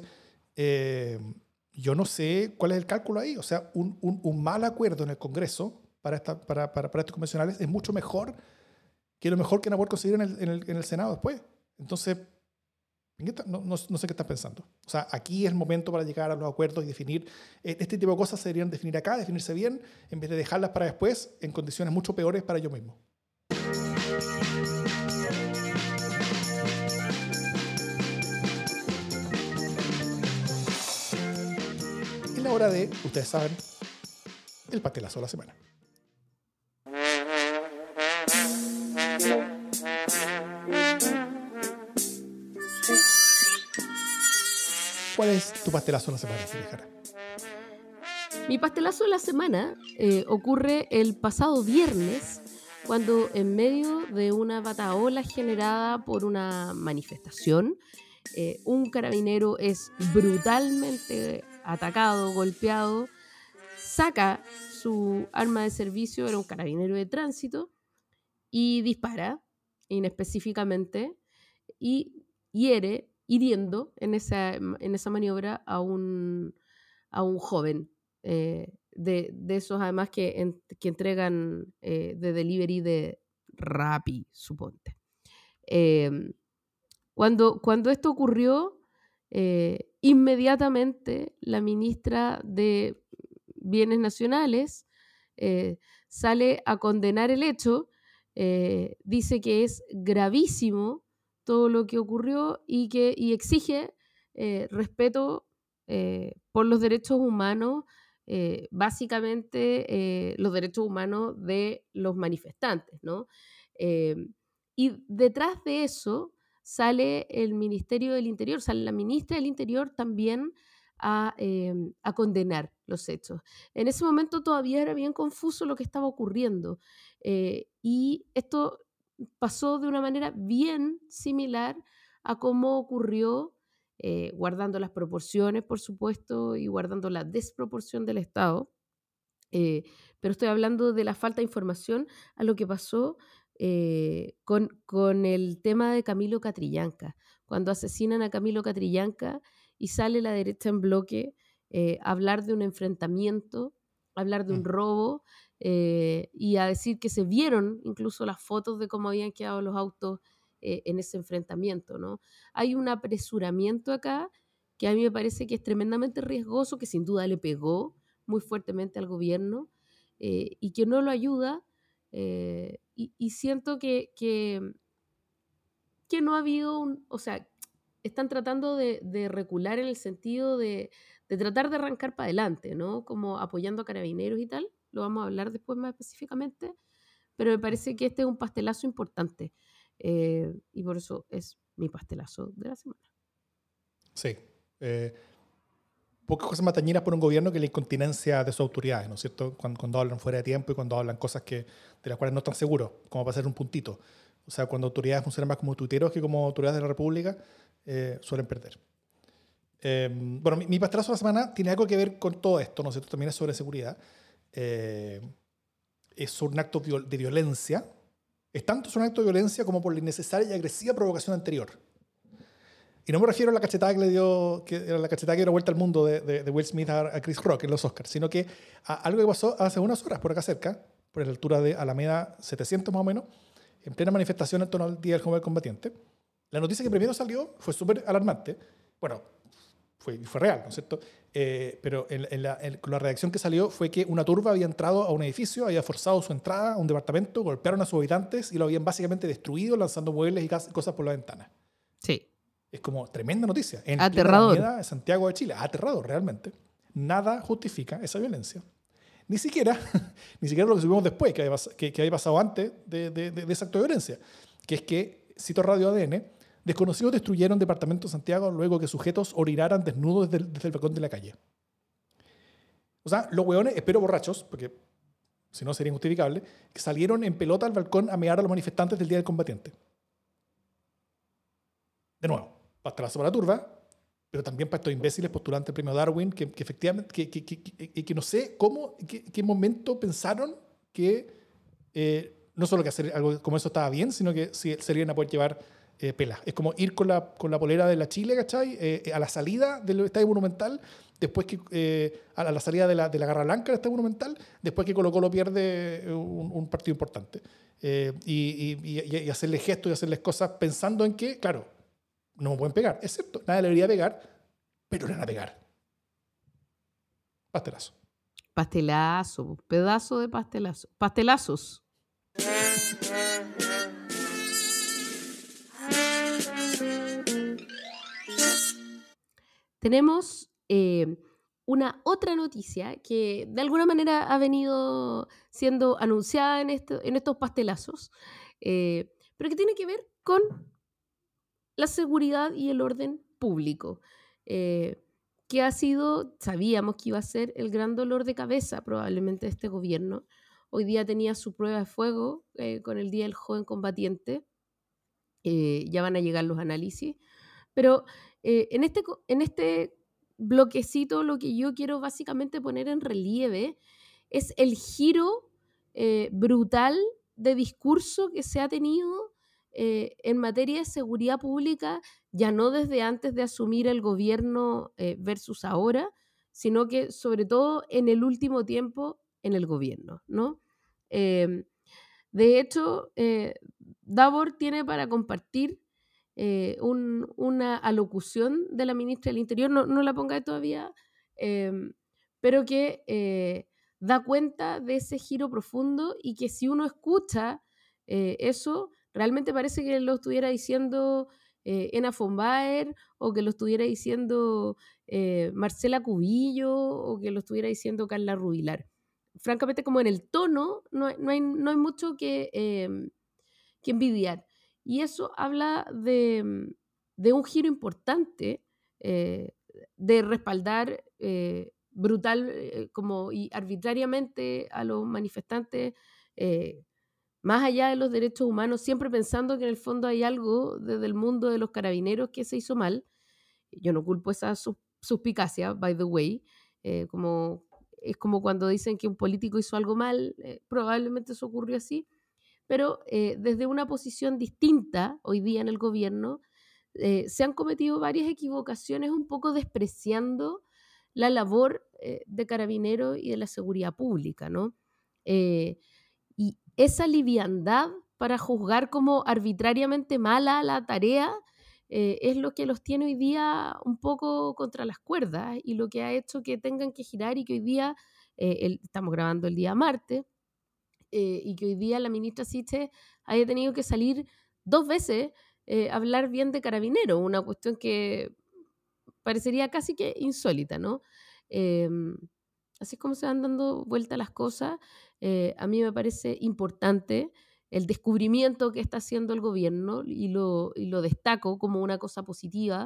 S1: yo no sé cuál es el cálculo ahí, o sea, un mal acuerdo en el Congreso para estos convencionales es mucho mejor que lo mejor que van a poder conseguir en el Senado después. Entonces, no sé qué estás pensando. O sea, aquí es el momento para llegar a los acuerdos y definir. Este tipo de cosas se deberían definir acá, definirse bien, en vez de dejarlas para después en condiciones mucho peores para ellos mismos. Es la hora de, ustedes saben, el pastelazo de la semana. ¿Cuál es tu pastelazo de la semana, Jara?
S2: Mi pastelazo de la semana ocurre el pasado viernes, cuando en medio de una batahola generada por una manifestación, un carabinero es brutalmente atacado, golpeado, saca su arma de servicio, era un carabinero de tránsito, y dispara inespecíficamente y hiriendo en esa maniobra a un joven, de esos además que entregan de delivery de Rappi, suponte. Cuando esto ocurrió, inmediatamente la ministra de Bienes Nacionales sale a condenar el hecho, dice que es gravísimo todo lo que ocurrió y exige respeto por los derechos humanos, básicamente los derechos humanos de los manifestantes, ¿no? Eh, y detrás de eso sale el Ministerio del Interior, sale la ministra del Interior también a condenar los hechos. En ese momento todavía era bien confuso lo que estaba ocurriendo, y esto pasó de una manera bien similar a cómo ocurrió, guardando las proporciones, por supuesto, y guardando la desproporción del Estado, pero estoy hablando de la falta de información a lo que pasó con el tema de Camilo Catrillanca. Cuando asesinan a Camilo Catrillanca y sale la derecha en bloque a hablar de un enfrentamiento, a hablar de un
S1: Mm.
S2: robo y a decir que se vieron incluso las fotos de cómo habían quedado los autos en ese enfrentamiento, ¿no? Hay un apresuramiento acá que a mí me parece que es tremendamente riesgoso, que sin duda le pegó muy fuertemente al gobierno y que no lo ayuda. Y siento que no ha habido o sea, están tratando de recular en el sentido de tratar de arrancar para adelante, ¿no? Como apoyando a carabineros y tal, lo vamos a hablar después más específicamente, pero me
S1: Mm.
S2: parece que este es un pastelazo importante y por eso es mi pastelazo de la semana.
S1: Sí. Pocas cosas más dañinas por un gobierno que la incontinencia de sus autoridades, ¿no es cierto? Cuando hablan fuera de tiempo y cuando hablan cosas de las cuales no están seguros, como para hacer un puntito. O sea, cuando autoridades funcionan más como tuiteros que como autoridades de la República, suelen perder. Bueno, mi pastelazo de la semana tiene algo que ver con todo esto, ¿no es cierto? También es sobre seguridad. Eh, es un acto de violencia. Es tanto es un acto de violencia como por la innecesaria y agresiva provocación anterior. Y no me refiero a la cachetada que le dio, que era la cachetada que dio la vuelta al mundo de Will Smith a Chris Rock en los Oscars, sino que a algo que pasó hace unas horas por acá cerca, por la altura de Alameda 700 más o menos, en plena manifestación en torno al Día del Joven Combatiente. La noticia que primero salió fue súper alarmante. Bueno, fue real, ¿no es cierto? Pero con la reacción que salió fue que una turba había entrado a un edificio, había forzado su entrada a un departamento, golpearon a sus habitantes y lo habían básicamente destruido lanzando muebles y cosas por la ventana.
S2: Sí,
S1: Es como tremenda noticia. En plena
S2: aterrador.
S1: Alameda de Santiago de Chile. Aterrador, realmente. Nada justifica esa violencia. Ni siquiera, ni siquiera lo que supimos después, que había pasado antes de ese acto de violencia. Que es que, cito Radio ADN, desconocidos destruyeron departamento de Santiago luego que sujetos orinaran desnudos desde el balcón de la calle. O sea, los hueones, espero borrachos, porque si no sería injustificable, que salieron en pelota al balcón a mear a los manifestantes del Día del Combatiente. De nuevo, pastelazo para la turba, pero también para estos imbéciles postulantes al premio Darwin, que efectivamente, que no sé cómo, qué momento pensaron que no solo que hacer algo como eso estaba bien, sino que si se iban a poder llevar pelas. Es como ir con la polera de la Chile, ¿cachai? A la salida del Estadio Monumental, después que a la salida de la Garra Blanca del Estadio Monumental, después que Colo-Colo pierde un partido importante. Y hacerles gestos y hacerles cosas pensando en que, claro, no me pueden pegar. Es cierto, nadie le debería pegar, pero le van a pegar. Pastelazo.
S2: Pastelazo, pedazo de pastelazo. Pastelazos. Tenemos una otra noticia que de alguna manera ha venido siendo anunciada en estos pastelazos, pero que tiene que ver con la seguridad y el orden público, eh, que ha sido, sabíamos que iba a ser el gran dolor de cabeza probablemente de este gobierno. Hoy día tenía su prueba de fuego con el Día del Joven Combatiente, ya van a llegar los análisis, pero en este bloquecito lo que yo quiero básicamente poner en relieve es el giro brutal de discurso que se ha tenido en materia de seguridad pública, ya no desde antes de asumir el gobierno versus ahora, sino que sobre todo en el último tiempo en el gobierno, ¿no? Eh, de hecho, Davor tiene para compartir una alocución de la ministra del Interior, no la ponga todavía, pero que da cuenta de ese giro profundo y que si uno escucha eso, realmente parece que lo estuviera diciendo Ena von Baer, o que lo estuviera diciendo Marcela Cubillo, o que lo estuviera diciendo Carla Rubilar. Francamente, como en el tono, no hay mucho que envidiar. Y eso habla de un giro importante, eh, de respaldar brutal como y arbitrariamente a los manifestantes, eh, más allá de los derechos humanos, siempre pensando que en el fondo hay algo desde el mundo de los carabineros que se hizo mal. Yo no culpo esa suspicacia, by the way, es como cuando dicen que un político hizo algo mal, probablemente eso ocurrió así, pero desde una posición distinta hoy día en el gobierno, se han cometido varias equivocaciones un poco despreciando la labor de carabineros y de la seguridad pública, ¿no? Eh, y esa liviandad para juzgar como arbitrariamente mala la tarea es lo que los tiene hoy día un poco contra las cuerdas y lo que ha hecho que tengan que girar y que hoy día, estamos grabando el día martes, y que hoy día la ministra Siche haya tenido que salir 2 veces a hablar bien de Carabineros, una cuestión que parecería casi que insólita, ¿no? Em, Así es como se van dando vuelta las cosas. A mí me parece importante el descubrimiento que está haciendo el gobierno y lo destaco como una cosa positiva,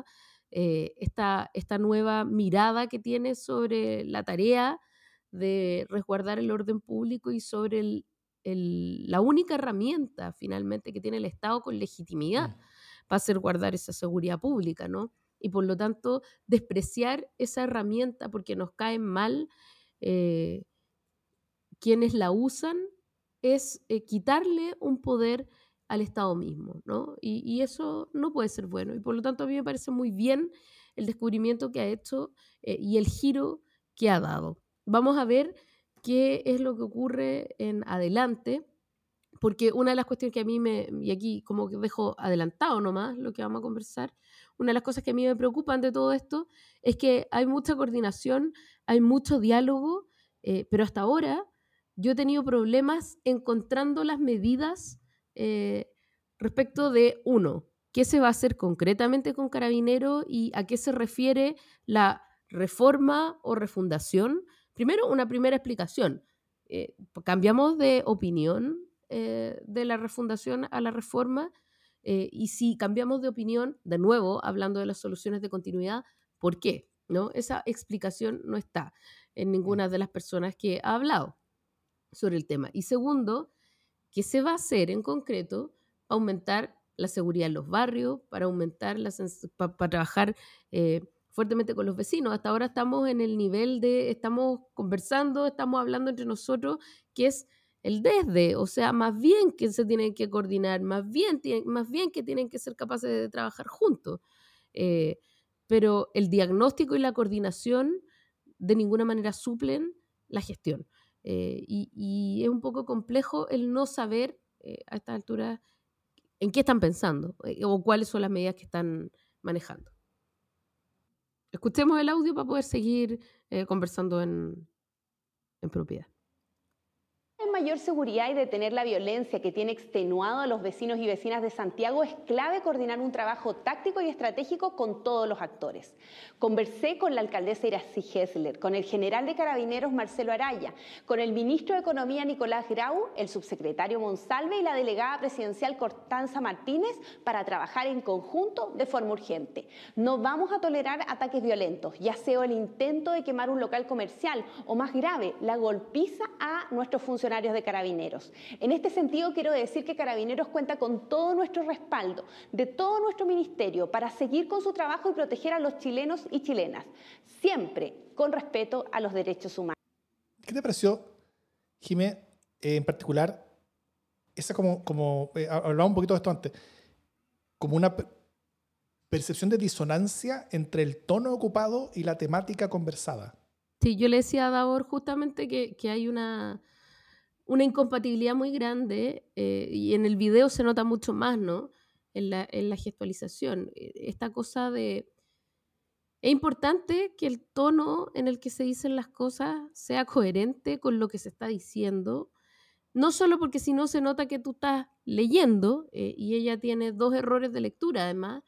S2: esta nueva mirada que tiene sobre la tarea de resguardar el orden público y sobre la única herramienta finalmente que tiene el Estado con legitimidad para hacer guardar esa seguridad pública, ¿no? Y por lo tanto, despreciar esa herramienta porque nos caen mal eh, quienes la usan es quitarle un poder al Estado mismo, ¿no? Y eso no puede ser bueno. Y por lo tanto, a mí me parece muy bien el descubrimiento que ha hecho y el giro que ha dado. Vamos a ver qué es lo que ocurre en adelante, porque una de las cuestiones que a mí y aquí como que dejo adelantado nomás lo que vamos a conversar, una de las cosas que a mí me preocupan de todo esto es que hay mucha coordinación, hay mucho diálogo, pero hasta ahora yo he tenido problemas encontrando las medidas eh, respecto de, uno, qué se va a hacer concretamente con Carabineros y a qué se refiere la reforma o refundación. Primero, una primera explicación. ¿Cambiamos de opinión de la refundación a la reforma? Y si cambiamos de opinión, de nuevo, hablando de las soluciones de continuidad, ¿por qué? ¿No? Esa explicación no está en ninguna de las personas que ha hablado sobre el tema. Y segundo, ¿qué se va a hacer en concreto para aumentar la seguridad en los barrios, para aumentar para trabajar fuertemente con los vecinos? Hasta ahora estamos en el nivel de, estamos conversando, estamos hablando entre nosotros, que es el desde, o sea, más bien que se tienen que coordinar, más bien que tienen que ser capaces de trabajar juntos. Eh, pero el diagnóstico y la coordinación de ninguna manera suplen la gestión. Y es un poco complejo el no saber a esta altura en qué están pensando o cuáles son las medidas que están manejando. Escuchemos el audio para poder seguir conversando en propiedad.
S3: En mayor seguridad y detener la violencia que tiene extenuado a los vecinos y vecinas de Santiago, es clave coordinar un trabajo táctico y estratégico con todos los actores. Conversé con la alcaldesa Iracy Hessler, con el general de Carabineros Marcelo Araya, con el ministro de Economía Nicolás Grau, el subsecretario Monsalve y la delegada presidencial Constanza Martínez para trabajar en conjunto de forma urgente. No vamos a tolerar ataques violentos, ya sea el intento de quemar un local comercial o, más grave, la golpiza a nuestros funcionarios de Carabineros. En este sentido, quiero decir que Carabineros cuenta con todo nuestro respaldo, de todo nuestro ministerio, para seguir con su trabajo y proteger a los chilenos y chilenas, siempre con respeto a los derechos humanos.
S1: ¿Qué te pareció, Jimé, en particular, esa hablaba un poquito de esto antes, como una percepción de disonancia entre el tono ocupado y la temática conversada?
S2: Sí, yo le decía a Davor justamente que hay una incompatibilidad muy grande y en el video se nota mucho más, ¿no? En la gestualización. Esta cosa de... Es importante que el tono en el que se dicen las cosas sea coherente con lo que se está diciendo, no solo porque si no se nota que tú estás leyendo y ella tiene 2 errores de lectura además,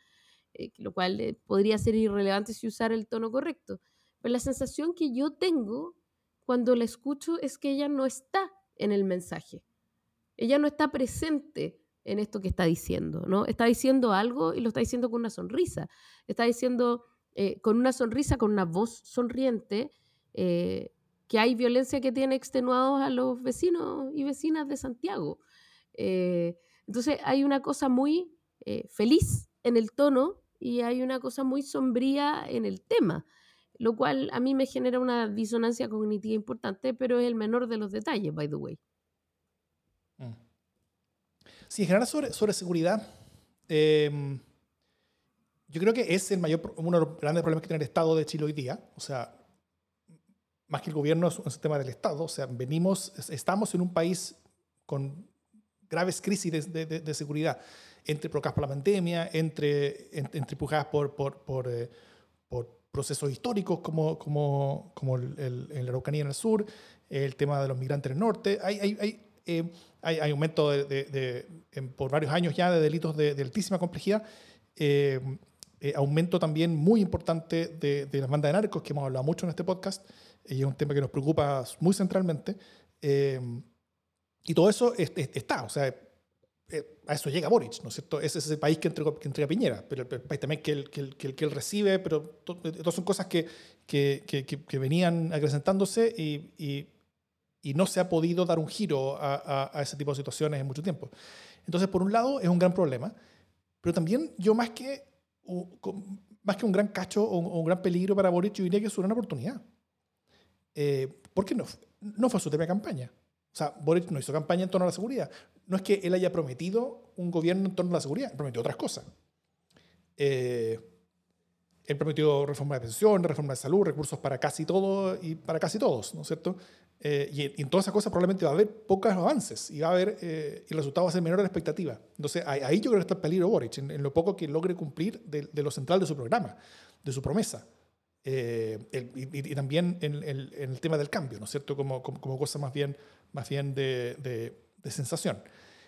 S2: lo cual podría ser irrelevante si usara el tono correcto. Pero la sensación que yo tengo cuando la escucho es que ella no está en el mensaje. Ella no está presente en esto que está diciendo, ¿no? Está diciendo algo y lo está diciendo con una sonrisa. Está diciendo con una sonrisa, con una voz sonriente, que hay violencia que tiene extenuados a los vecinos y vecinas de Santiago. Entonces hay una cosa muy feliz en el tono y hay una cosa muy sombría en el tema, lo cual a mí me genera una disonancia cognitiva importante, pero es el menor de los detalles, by the way.
S1: Sí, en general sobre seguridad, yo creo que es uno de los grandes problemas que tiene el Estado de Chile hoy día. O sea, más que el gobierno, es un sistema del Estado. O sea, estamos en un país con graves crisis de seguridad, entre provocadas por la pandemia, entre empujadas por procesos históricos como en la Araucanía en el sur, el tema de los migrantes en el norte. Hay aumento por varios años ya de delitos de altísima complejidad. Aumento también muy importante de las bandas de narcos, que hemos hablado mucho en este podcast, y es un tema que nos preocupa muy centralmente. Y todo eso está, o sea, a eso llega Boric, ¿no es cierto? Ese es el país que entrega Piñera, pero el país también que él recibe, pero todas son cosas que venían acrecentándose y no se ha podido dar un giro a ese tipo de situaciones en mucho tiempo. Entonces, por un lado, es un gran problema, pero también yo más que un gran cacho o un gran peligro para Boric, yo diría que es una gran oportunidad. Porque no fue su tema de campaña. O sea, Boric no hizo campaña en torno a la seguridad. No es que él haya prometido un gobierno en torno a la seguridad, prometió otras cosas. Él prometió reforma de pensión, reforma de salud, recursos para casi todo y para casi todos, ¿no es cierto? Y en todas esas cosas probablemente va a haber pocos avances y va a haber, el resultado va a ser menor a la expectativa. Entonces, ahí yo creo que está el peligro Boric, en lo poco que logre cumplir de lo central de su programa, de su promesa. Y también en el tema del cambio, ¿no es cierto? Como cosa más bien de sensación.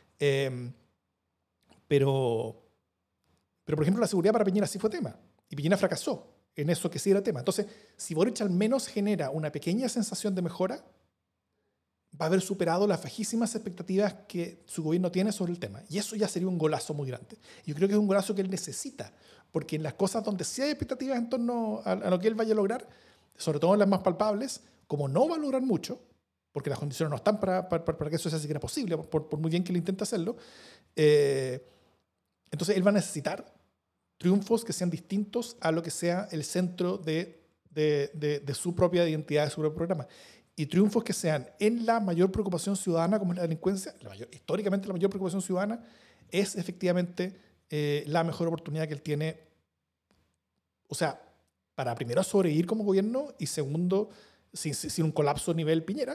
S1: Pero, por ejemplo, la seguridad para Piñera sí fue tema. Y Piñera fracasó en eso que sí era tema. Entonces, si Boric al menos genera una pequeña sensación de mejora, va a haber superado las bajísimas expectativas que su gobierno tiene sobre el tema. Y eso ya sería un golazo muy grande. Yo creo que es un golazo que él necesita, porque en las cosas donde sí hay expectativas en torno a lo que él vaya a lograr, sobre todo en las más palpables, como no va a lograr mucho, porque las condiciones no están para que eso sea siquiera posible, por muy bien que él intente hacerlo, entonces él va a necesitar triunfos que sean distintos a lo que sea el centro de su propia identidad, de su propio programa. Y triunfos que sean en la mayor preocupación ciudadana, como es la delincuencia. Históricamente la mayor preocupación ciudadana es efectivamente la mejor oportunidad que él tiene, o sea, para primero sobrevivir como gobierno y segundo, sin un colapso a nivel Piñera,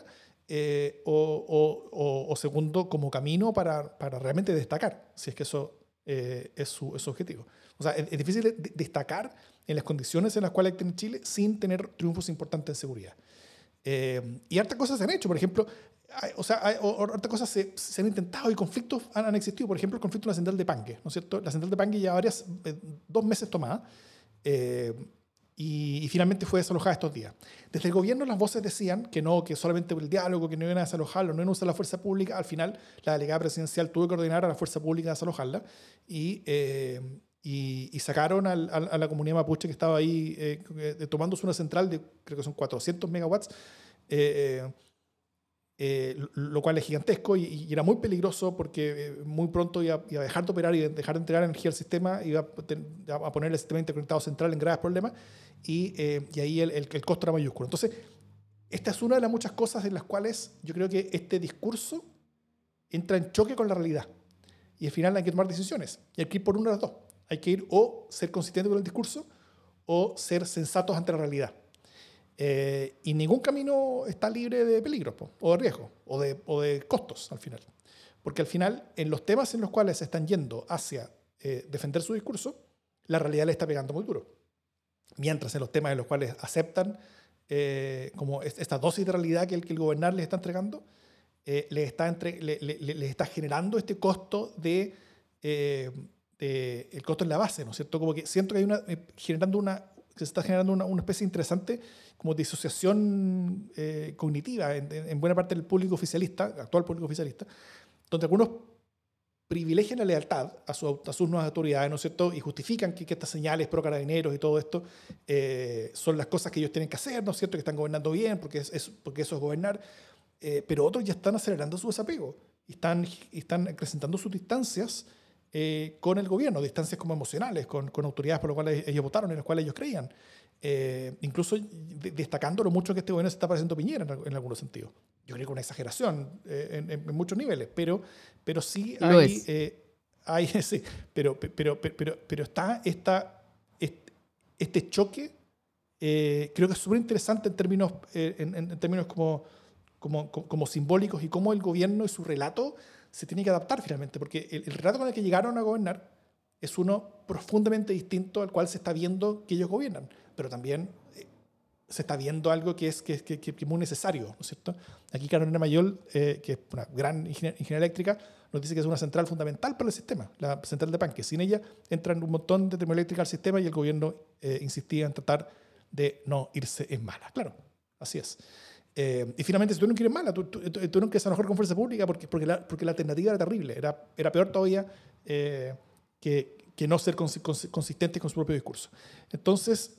S1: o segundo, como camino para realmente destacar, si es que eso es su objetivo. O sea, es difícil destacar en las condiciones en las cuales tiene Chile sin tener triunfos importantes en seguridad. Y hartas cosas se han hecho, por ejemplo, hartas cosas se han intentado y conflictos han existido. Por ejemplo, el conflicto en la central de Pangue, ¿no es cierto? La central de Pangue ya 2 meses tomada y finalmente fue desalojada estos días. Desde el gobierno las voces decían que no, que solamente por el diálogo, que no iban a desalojarlo, no iban a usar la fuerza pública. Al final, la delegada presidencial tuvo que ordenar a la fuerza pública desalojarla y sacaron a la comunidad mapuche que estaba ahí tomándose una central de, creo que son 400 megawatts, lo cual es gigantesco y era muy peligroso porque muy pronto iba a dejar de operar y dejar de entregar energía al sistema, iba a poner el sistema interconectado central en graves problemas y ahí el costo era mayúsculo. Entonces, esta es una de las muchas cosas en las cuales yo creo que este discurso entra en choque con la realidad y al final hay que tomar decisiones y hay que ir por una de las dos. Hay que ir o ser consistente con el discurso o ser sensatos ante la realidad. Y ningún camino está libre de peligros o de riesgos o de costos al final. Porque al final, en los temas en los cuales se están yendo hacia defender su discurso, la realidad le está pegando muy duro. Mientras en los temas en los cuales aceptan como esta dosis de realidad que el gobernar les está entregando, les está generando este costo de el costo en la base, ¿no es cierto? Como que siento que hay que se está generando una especie interesante como disociación cognitiva en buena parte del público oficialista, actual público oficialista, donde algunos privilegian la lealtad a sus nuevas autoridades, ¿no es cierto? Y justifican que estas señales pro carabineros y todo esto son las cosas que ellos tienen que hacer, ¿no es cierto? Que están gobernando bien, porque porque eso es gobernar. Pero otros ya están acelerando su desapego y están acrecentando sus distancias con el gobierno, distancias como emocionales, con autoridades por las cuales ellos votaron y en las cuales ellos creían. Incluso destacando lo mucho que este gobierno se está pareciendo a Piñera en algunos sentidos. Yo creo que una exageración en muchos niveles, pero sí
S2: Lo es.
S1: sí, pero está este choque, creo que es súper interesante en términos como simbólicos y cómo el gobierno y su relato se tiene que adaptar finalmente, porque el relato con el que llegaron a gobernar es uno profundamente distinto al cual se está viendo que ellos gobiernan, pero también se está viendo algo que es muy necesario, ¿no es cierto? Aquí Carolina Mayol, que es una gran ingeniera eléctrica, nos dice que es una central fundamental para el sistema, la central de Panque. Sin ella entran un montón de termoeléctricas al sistema y el gobierno insistía en tratar de no irse en mala. Claro, así es. Y finalmente, si tú no quieres mala, tú no quieres trabajar con fuerza pública porque la alternativa era terrible, era peor todavía que no ser consistente con su propio discurso. Entonces,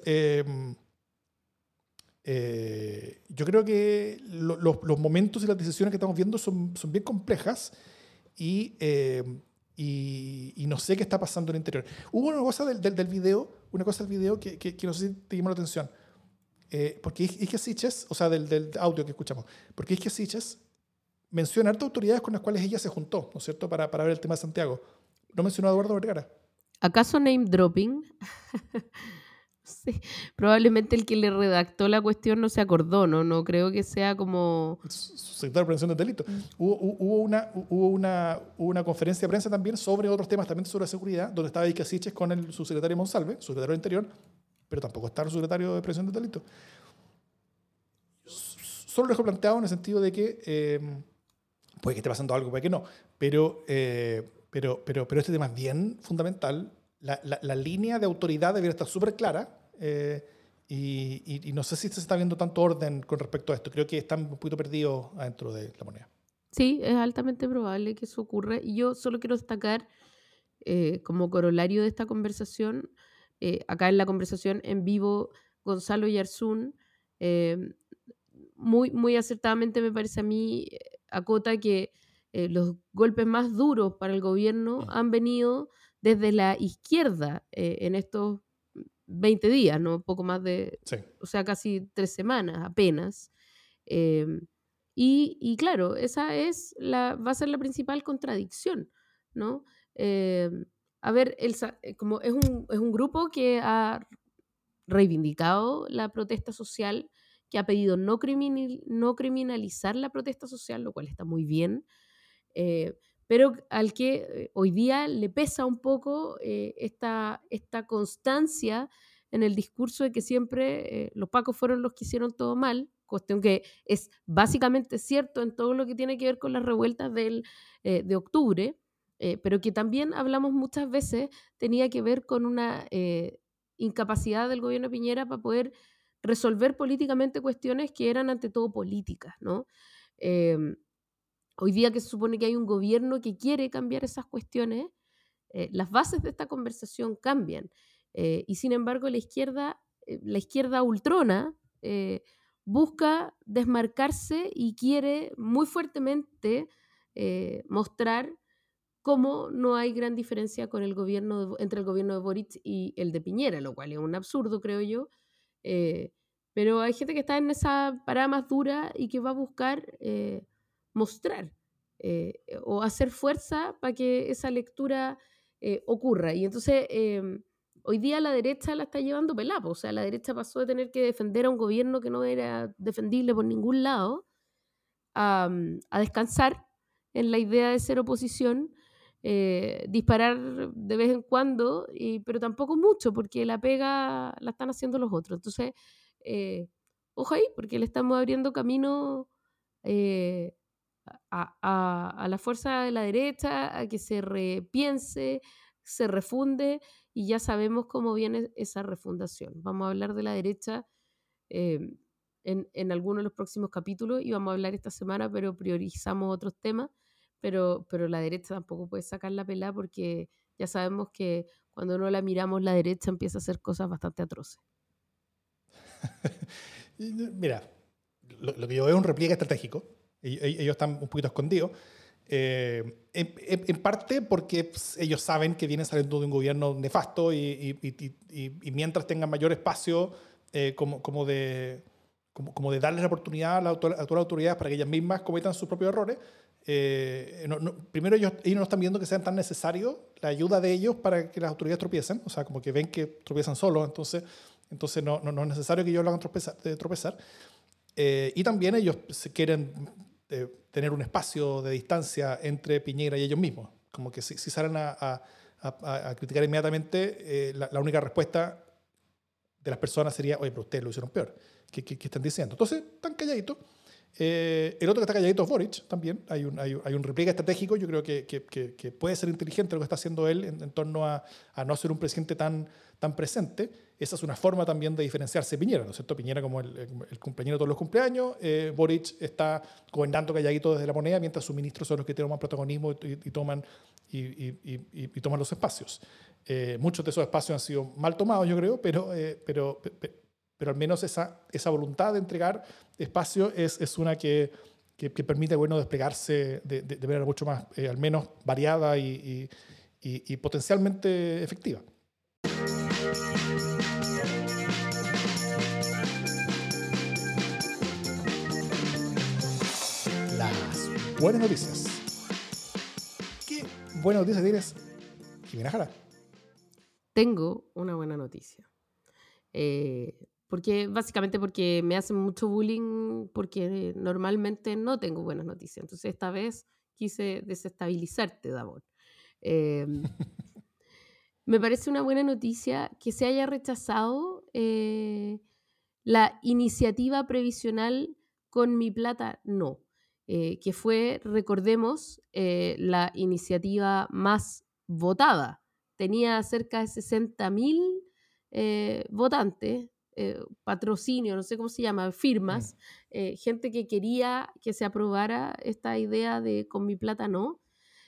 S1: yo creo que los momentos y las decisiones que estamos viendo son bien complejas y no sé qué está pasando en el interior. Hubo una cosa del video, que no sé si te llamó la atención. Porque Isquia Siches, o sea, del audio que escuchamos, porque Isquia Siches menciona hartas autoridades con las cuales ella se juntó, ¿no es cierto?, para ver el tema de Santiago. No mencionó a Eduardo Vergara.
S2: ¿Acaso name dropping? Sí, probablemente el que le redactó la cuestión no se acordó, ¿no? No creo que sea como...
S1: Secretario de Prevención del Delito. Hubo una conferencia de prensa también sobre otros temas, también sobre la seguridad, donde estaba Isquia Siches con el subsecretario Monsalve, subsecretario del Interior, pero tampoco está el subsecretario de Prevención del Delito. Solo lo dejo planteado en el sentido de que puede que esté pasando algo, puede que no, pero este tema es bien fundamental. La línea de autoridad debería estar súper clara y no sé si se está viendo tanto orden con respecto a esto. Creo que están un poquito perdidos adentro de la moneda.
S2: Sí, es altamente probable que eso ocurra. Y yo solo quiero destacar, como corolario de esta conversación, acá en la conversación en vivo, Gonzalo Yarzún, muy, muy acertadamente me parece a mí, acota que los golpes más duros para el gobierno han venido desde la izquierda en estos 20 días, ¿no? Poco más de,
S1: Sí.
S2: o sea, casi 3 semanas apenas. Y claro, esa va a ser la principal contradicción, ¿no? Eh, a ver, como es un grupo que ha reivindicado la protesta social, que ha pedido no criminalizar la protesta social, lo cual está muy bien, pero al que hoy día le pesa un poco esta constancia en el discurso de que siempre los pacos fueron los que hicieron todo mal, cuestión que es básicamente cierto en todo lo que tiene que ver con las revueltas de octubre, pero que también hablamos muchas veces tenía que ver con una incapacidad del gobierno de Piñera para poder resolver políticamente cuestiones que eran ante todo políticas, ¿no? Hoy día que se supone que hay un gobierno que quiere cambiar esas cuestiones, las bases de esta conversación cambian. Y sin embargo, la izquierda ultrona busca desmarcarse y quiere muy fuertemente mostrar cómo no hay gran diferencia con entre el gobierno de Boric y el de Piñera, lo cual es un absurdo, creo yo. Pero hay gente que está en esa parada más dura y que va a buscar mostrar o hacer fuerza para que esa lectura ocurra. Y entonces, hoy día la derecha la está llevando pelada, o sea, la derecha pasó de tener que defender a un gobierno que no era defendible por ningún lado a descansar en la idea de ser oposición, disparar de vez en cuando, pero tampoco mucho, porque la pega la están haciendo los otros. Entonces, ojo ahí, porque le estamos abriendo camino a la fuerza de la derecha, a que se repiense, se refunde y ya sabemos cómo viene esa refundación. Vamos a hablar de la derecha en alguno de los próximos capítulos y vamos a hablar esta semana, pero priorizamos otros temas, pero la derecha tampoco puede sacar la pelada porque ya sabemos que cuando no la miramos, la derecha empieza a hacer cosas bastante atroces.
S1: Mira, lo que yo veo es un repliegue estratégico. Ellos están un poquito escondidos. En parte porque ellos saben que vienen saliendo de un gobierno nefasto y mientras tengan mayor espacio como de darles la oportunidad a las autoridades para que ellas mismas cometan sus propios errores. Primero ellos no están viendo que sean tan necesarios la ayuda de ellos para que las autoridades tropiecen, o sea, como que ven que tropiezan solos, entonces no es necesario que ellos lo hagan tropezar. Y también ellos quieren tener un espacio de distancia entre Piñera y ellos mismos, como que si salen a criticar inmediatamente, la única respuesta de las personas sería: oye, pero ustedes lo hicieron peor. ¿Qué están diciendo? Entonces, están calladitos. El otro que está calladito es Boric, también. Hay un repliegue estratégico. Yo creo que puede ser inteligente lo que está haciendo él en torno a no ser un presidente tan presente. Esa es una forma también de diferenciarse de Piñera, ¿no es cierto? Piñera como el cumpleañero de todos los cumpleaños. Boric está gobernando calladito desde la moneda, mientras sus ministros son los que tienen más protagonismo y toman los espacios. Muchos de esos espacios han sido mal tomados, yo creo, pero al menos esa voluntad de entregar espacio es una que permite, bueno, desplegarse de manera mucho más, al menos variada y potencialmente efectiva. Las buenas noticias. ¿Qué buenas noticias tienes, Jimena Jara?
S2: Tengo una buena noticia. Básicamente porque me hacen mucho bullying porque normalmente no tengo buenas noticias. Entonces esta vez quise desestabilizarte, Davor. Me parece una buena noticia que se haya rechazado la iniciativa previsional Con mi plata no, que fue, recordemos, la iniciativa más votada. Tenía cerca de 60.000 votantes, patrocinio, no sé cómo se llama, firmas, gente que quería que se aprobara esta idea de Con mi plata no.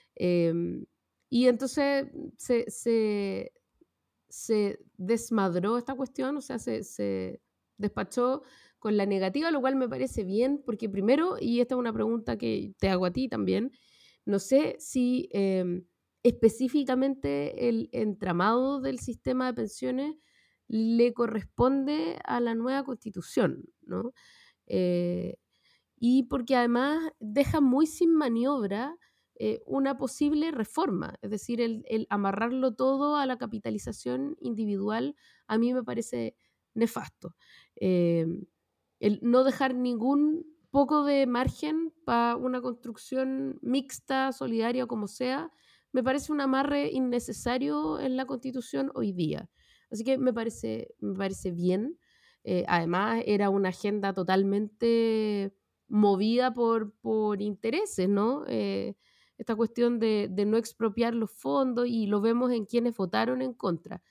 S2: Y entonces se desmadró esta cuestión, o sea, se despachó con la negativa, lo cual me parece bien, porque primero, y esta es una pregunta que te hago a ti también, no sé si específicamente el entramado del sistema de pensiones le corresponde a la nueva constitución, ¿no? Y porque además deja muy sin maniobra una posible reforma, es decir, el amarrarlo todo a la capitalización individual a mí me parece nefasto. El no dejar ningún poco de margen para una construcción mixta, solidaria o como sea, me parece un amarre innecesario en la Constitución hoy día. Así que me parece bien. Además, era una agenda totalmente movida por intereses, ¿no? Esta cuestión de no expropiar los fondos y lo vemos en quienes votaron en contra.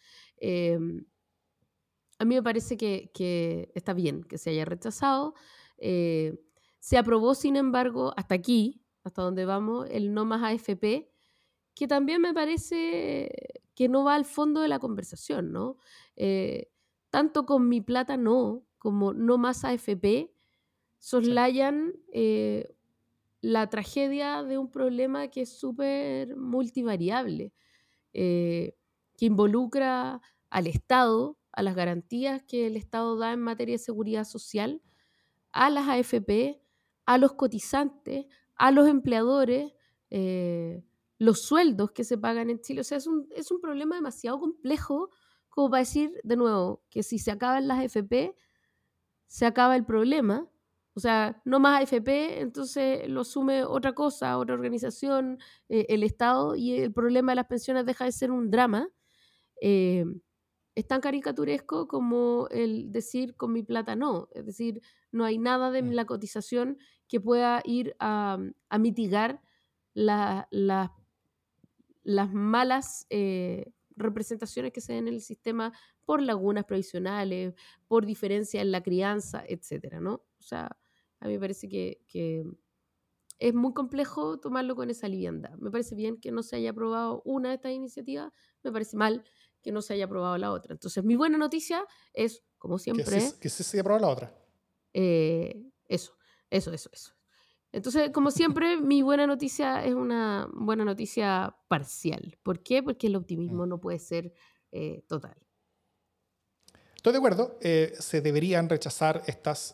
S2: A mí me parece que está bien que se haya rechazado. Se aprobó, sin embargo, hasta aquí, hasta donde vamos, el no más AFP, que también me parece que no va al fondo de la conversación, ¿no? Tanto Con mi plata no, como no más AFP, soslayan la tragedia de un problema que es súper multivariable, que involucra al Estado, a las garantías que el Estado da en materia de seguridad social, a las AFP, a los cotizantes, a los empleadores, los sueldos que se pagan en Chile. O sea, es un problema demasiado complejo como para decir, de nuevo, que si se acaban las AFP, se acaba el problema. O sea, no más AFP, entonces lo asume otra cosa, otra organización, el Estado, y el problema de las pensiones deja de ser un drama. Es tan caricaturesco como el decir Con mi plata no. Es decir, no hay nada de la cotización que pueda ir a mitigar las las malas representaciones que se den en el sistema por lagunas previsionales, por diferencias en la crianza, etcétera, ¿no? O sea, a mí me parece que es muy complejo tomarlo con esa liviandad. Me parece bien que no se haya aprobado una de estas iniciativas, me parece mal que no se haya aprobado la otra. Entonces, mi buena noticia es, como siempre...
S1: Que sí se haya aprobado la otra.
S2: Eso. Entonces, como siempre, mi buena noticia es una buena noticia parcial. ¿Por qué? Porque el optimismo no puede ser total.
S1: Estoy de acuerdo. Se deberían rechazar estas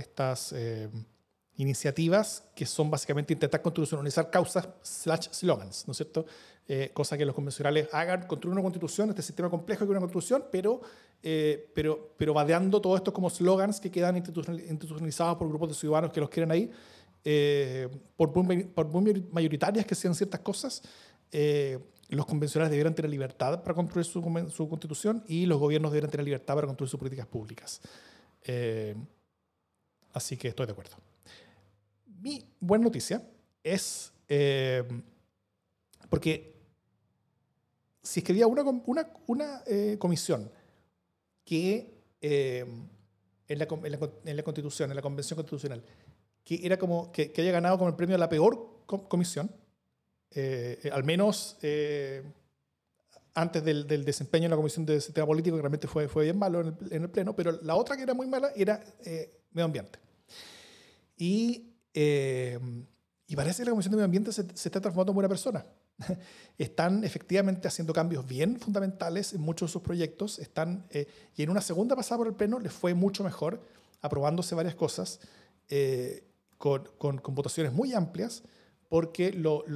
S1: iniciativas que son básicamente intentar constitucionalizar causas / slogans, ¿no es cierto? Cosa que los convencionales hagan, construir una constitución, este sistema complejo que es una constitución, pero vadeando todo esto como slogans que quedan institucionalizados por grupos de ciudadanos que los quieren ahí, por muy mayoritarias que sean ciertas cosas. Los convencionales deberían tener libertad para construir su constitución y los gobiernos deberían tener libertad para construir sus políticas públicas. Así que estoy de acuerdo. Mi buena noticia es porque si es que había una comisión que en la Constitución, en la Convención Constitucional, que era como que haya ganado como el premio a la peor comisión, al menos antes del desempeño en la Comisión de Sistema Político, que realmente fue bien malo en el Pleno, pero la otra que era muy mala era Medio Ambiente. Y parece que la Comisión de Medio Ambiente se está transformando en buena persona. Están efectivamente haciendo cambios bien fundamentales en muchos de sus proyectos. Y en una segunda pasada por el Pleno les fue mucho mejor, aprobándose varias cosas con votaciones muy amplias, porque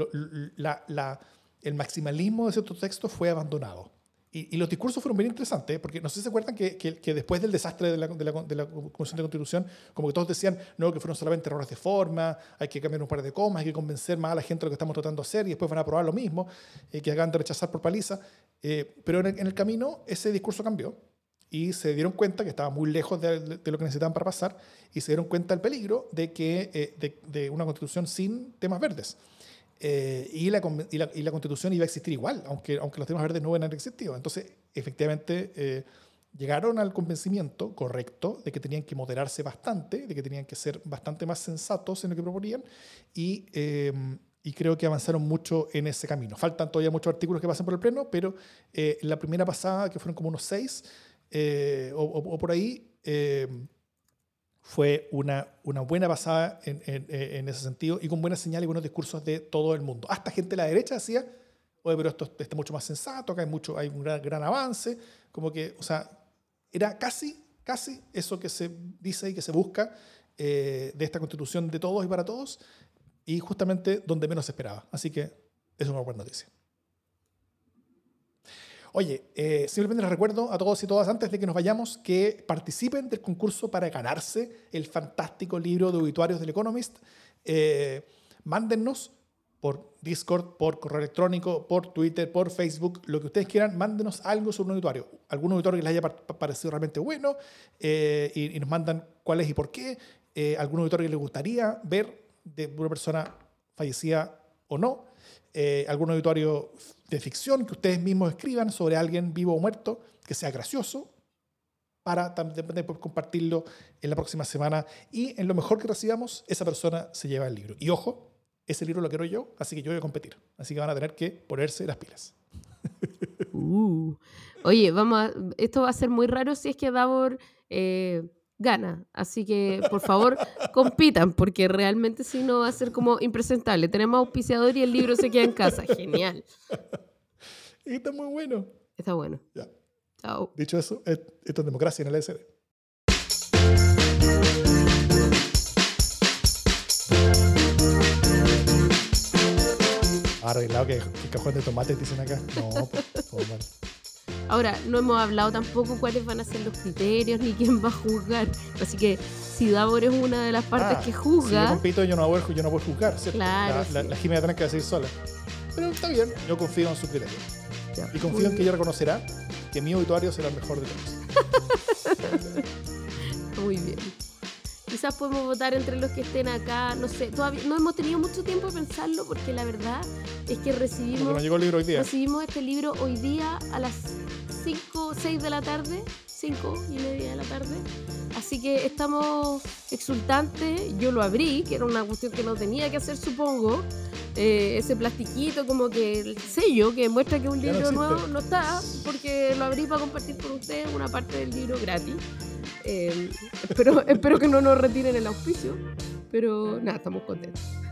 S1: el maximalismo de ciertos textos fue abandonado. Y los discursos fueron bien interesantes, porque no sé si se acuerdan que después del desastre de la Comisión de Constitución, como que todos decían no, que fueron solamente errores de forma, hay que cambiar un par de comas, hay que convencer más a la gente de lo que estamos tratando de hacer, y después van a aprobar lo mismo, que acaban de rechazar por paliza. Pero en el camino ese discurso cambió, y se dieron cuenta que estaba muy lejos de lo que necesitaban para pasar, y se dieron cuenta del peligro de una Constitución sin temas verdes. Y la Constitución iba a existir igual, aunque los temas verdes no hubieran existido. Entonces, efectivamente, llegaron al convencimiento correcto de que tenían que moderarse bastante, de que tenían que ser bastante más sensatos en lo que proponían, y creo que avanzaron mucho en ese camino. Faltan todavía muchos artículos que pasen por el Pleno, pero la primera pasada, que fueron como unos 6, o por ahí, fue una buena pasada en ese sentido, y con buenas señales y buenos discursos de todo el mundo. Hasta gente de la derecha decía, oye, pero esto está mucho más sensato, acá hay un gran avance, como que, o sea, era casi eso que se dice y que se busca de esta Constitución de todos y para todos, y justamente donde menos se esperaba. Así que es una buena noticia. Oye, simplemente les recuerdo a todos y todas, antes de que nos vayamos, que participen del concurso para ganarse el fantástico libro de obituarios del Economist. Mándennos por Discord, por correo electrónico, por Twitter, por Facebook, lo que ustedes quieran, mándenos algo sobre un obituario. Algún obituario que les haya parecido realmente bueno, y nos mandan cuál es y por qué. Algún obituario que les gustaría ver de una persona fallecida o no. Algún obituario de ficción que ustedes mismos escriban sobre alguien vivo o muerto, que sea gracioso, para también compartirlo en la próxima semana. Y en lo mejor que recibamos, esa persona se lleva el libro. Y ojo, ese libro lo quiero yo, así que yo voy a competir. Así que van a tener que ponerse las pilas.
S2: Oye, esto va a ser muy raro si es que Davor gana. Así que, por favor, compitan, porque realmente si no va a ser como impresentable. Tenemos auspiciador y el libro se queda en casa. Genial.
S1: Está muy bueno.
S2: Está bueno.
S1: Ya.
S2: Chao.
S1: Dicho eso, esto es democracia en el SD. Arreglado que cajón de tomates dicen acá. No, pues, mal.
S2: Ahora, no hemos hablado tampoco cuáles van a ser los criterios ni quién va a juzgar. Así que si Davor es una de las partes que juzga...
S1: Si yo compito, yo no voy a juzgar, ¿cierto?
S2: Claro,
S1: la Jimmy va a tener que decidir sola. Pero está bien, yo confío en su criterio.
S2: Ya,
S1: y confío en que ella reconocerá que mi obituario será el mejor de todos.
S2: Muy bien. quizás podemos votar entre los que estén acá, no sé, todavía no hemos tenido mucho tiempo de pensarlo porque la verdad es que
S1: Porque nos llegó el libro hoy día.
S2: recibimos este libro hoy día a las 6 de la tarde, 5:30 de la tarde, así que estamos exultantes. Yo lo abrí, que era una cuestión que no tenía que hacer, supongo. Ese plastiquito como que el sello que muestra que un
S1: Ya no
S2: libro
S1: existe.
S2: nuevo no está, porque lo abrí para compartir con ustedes una parte del libro gratis. Espero que no nos retiren el auspicio, pero nada, estamos contentos.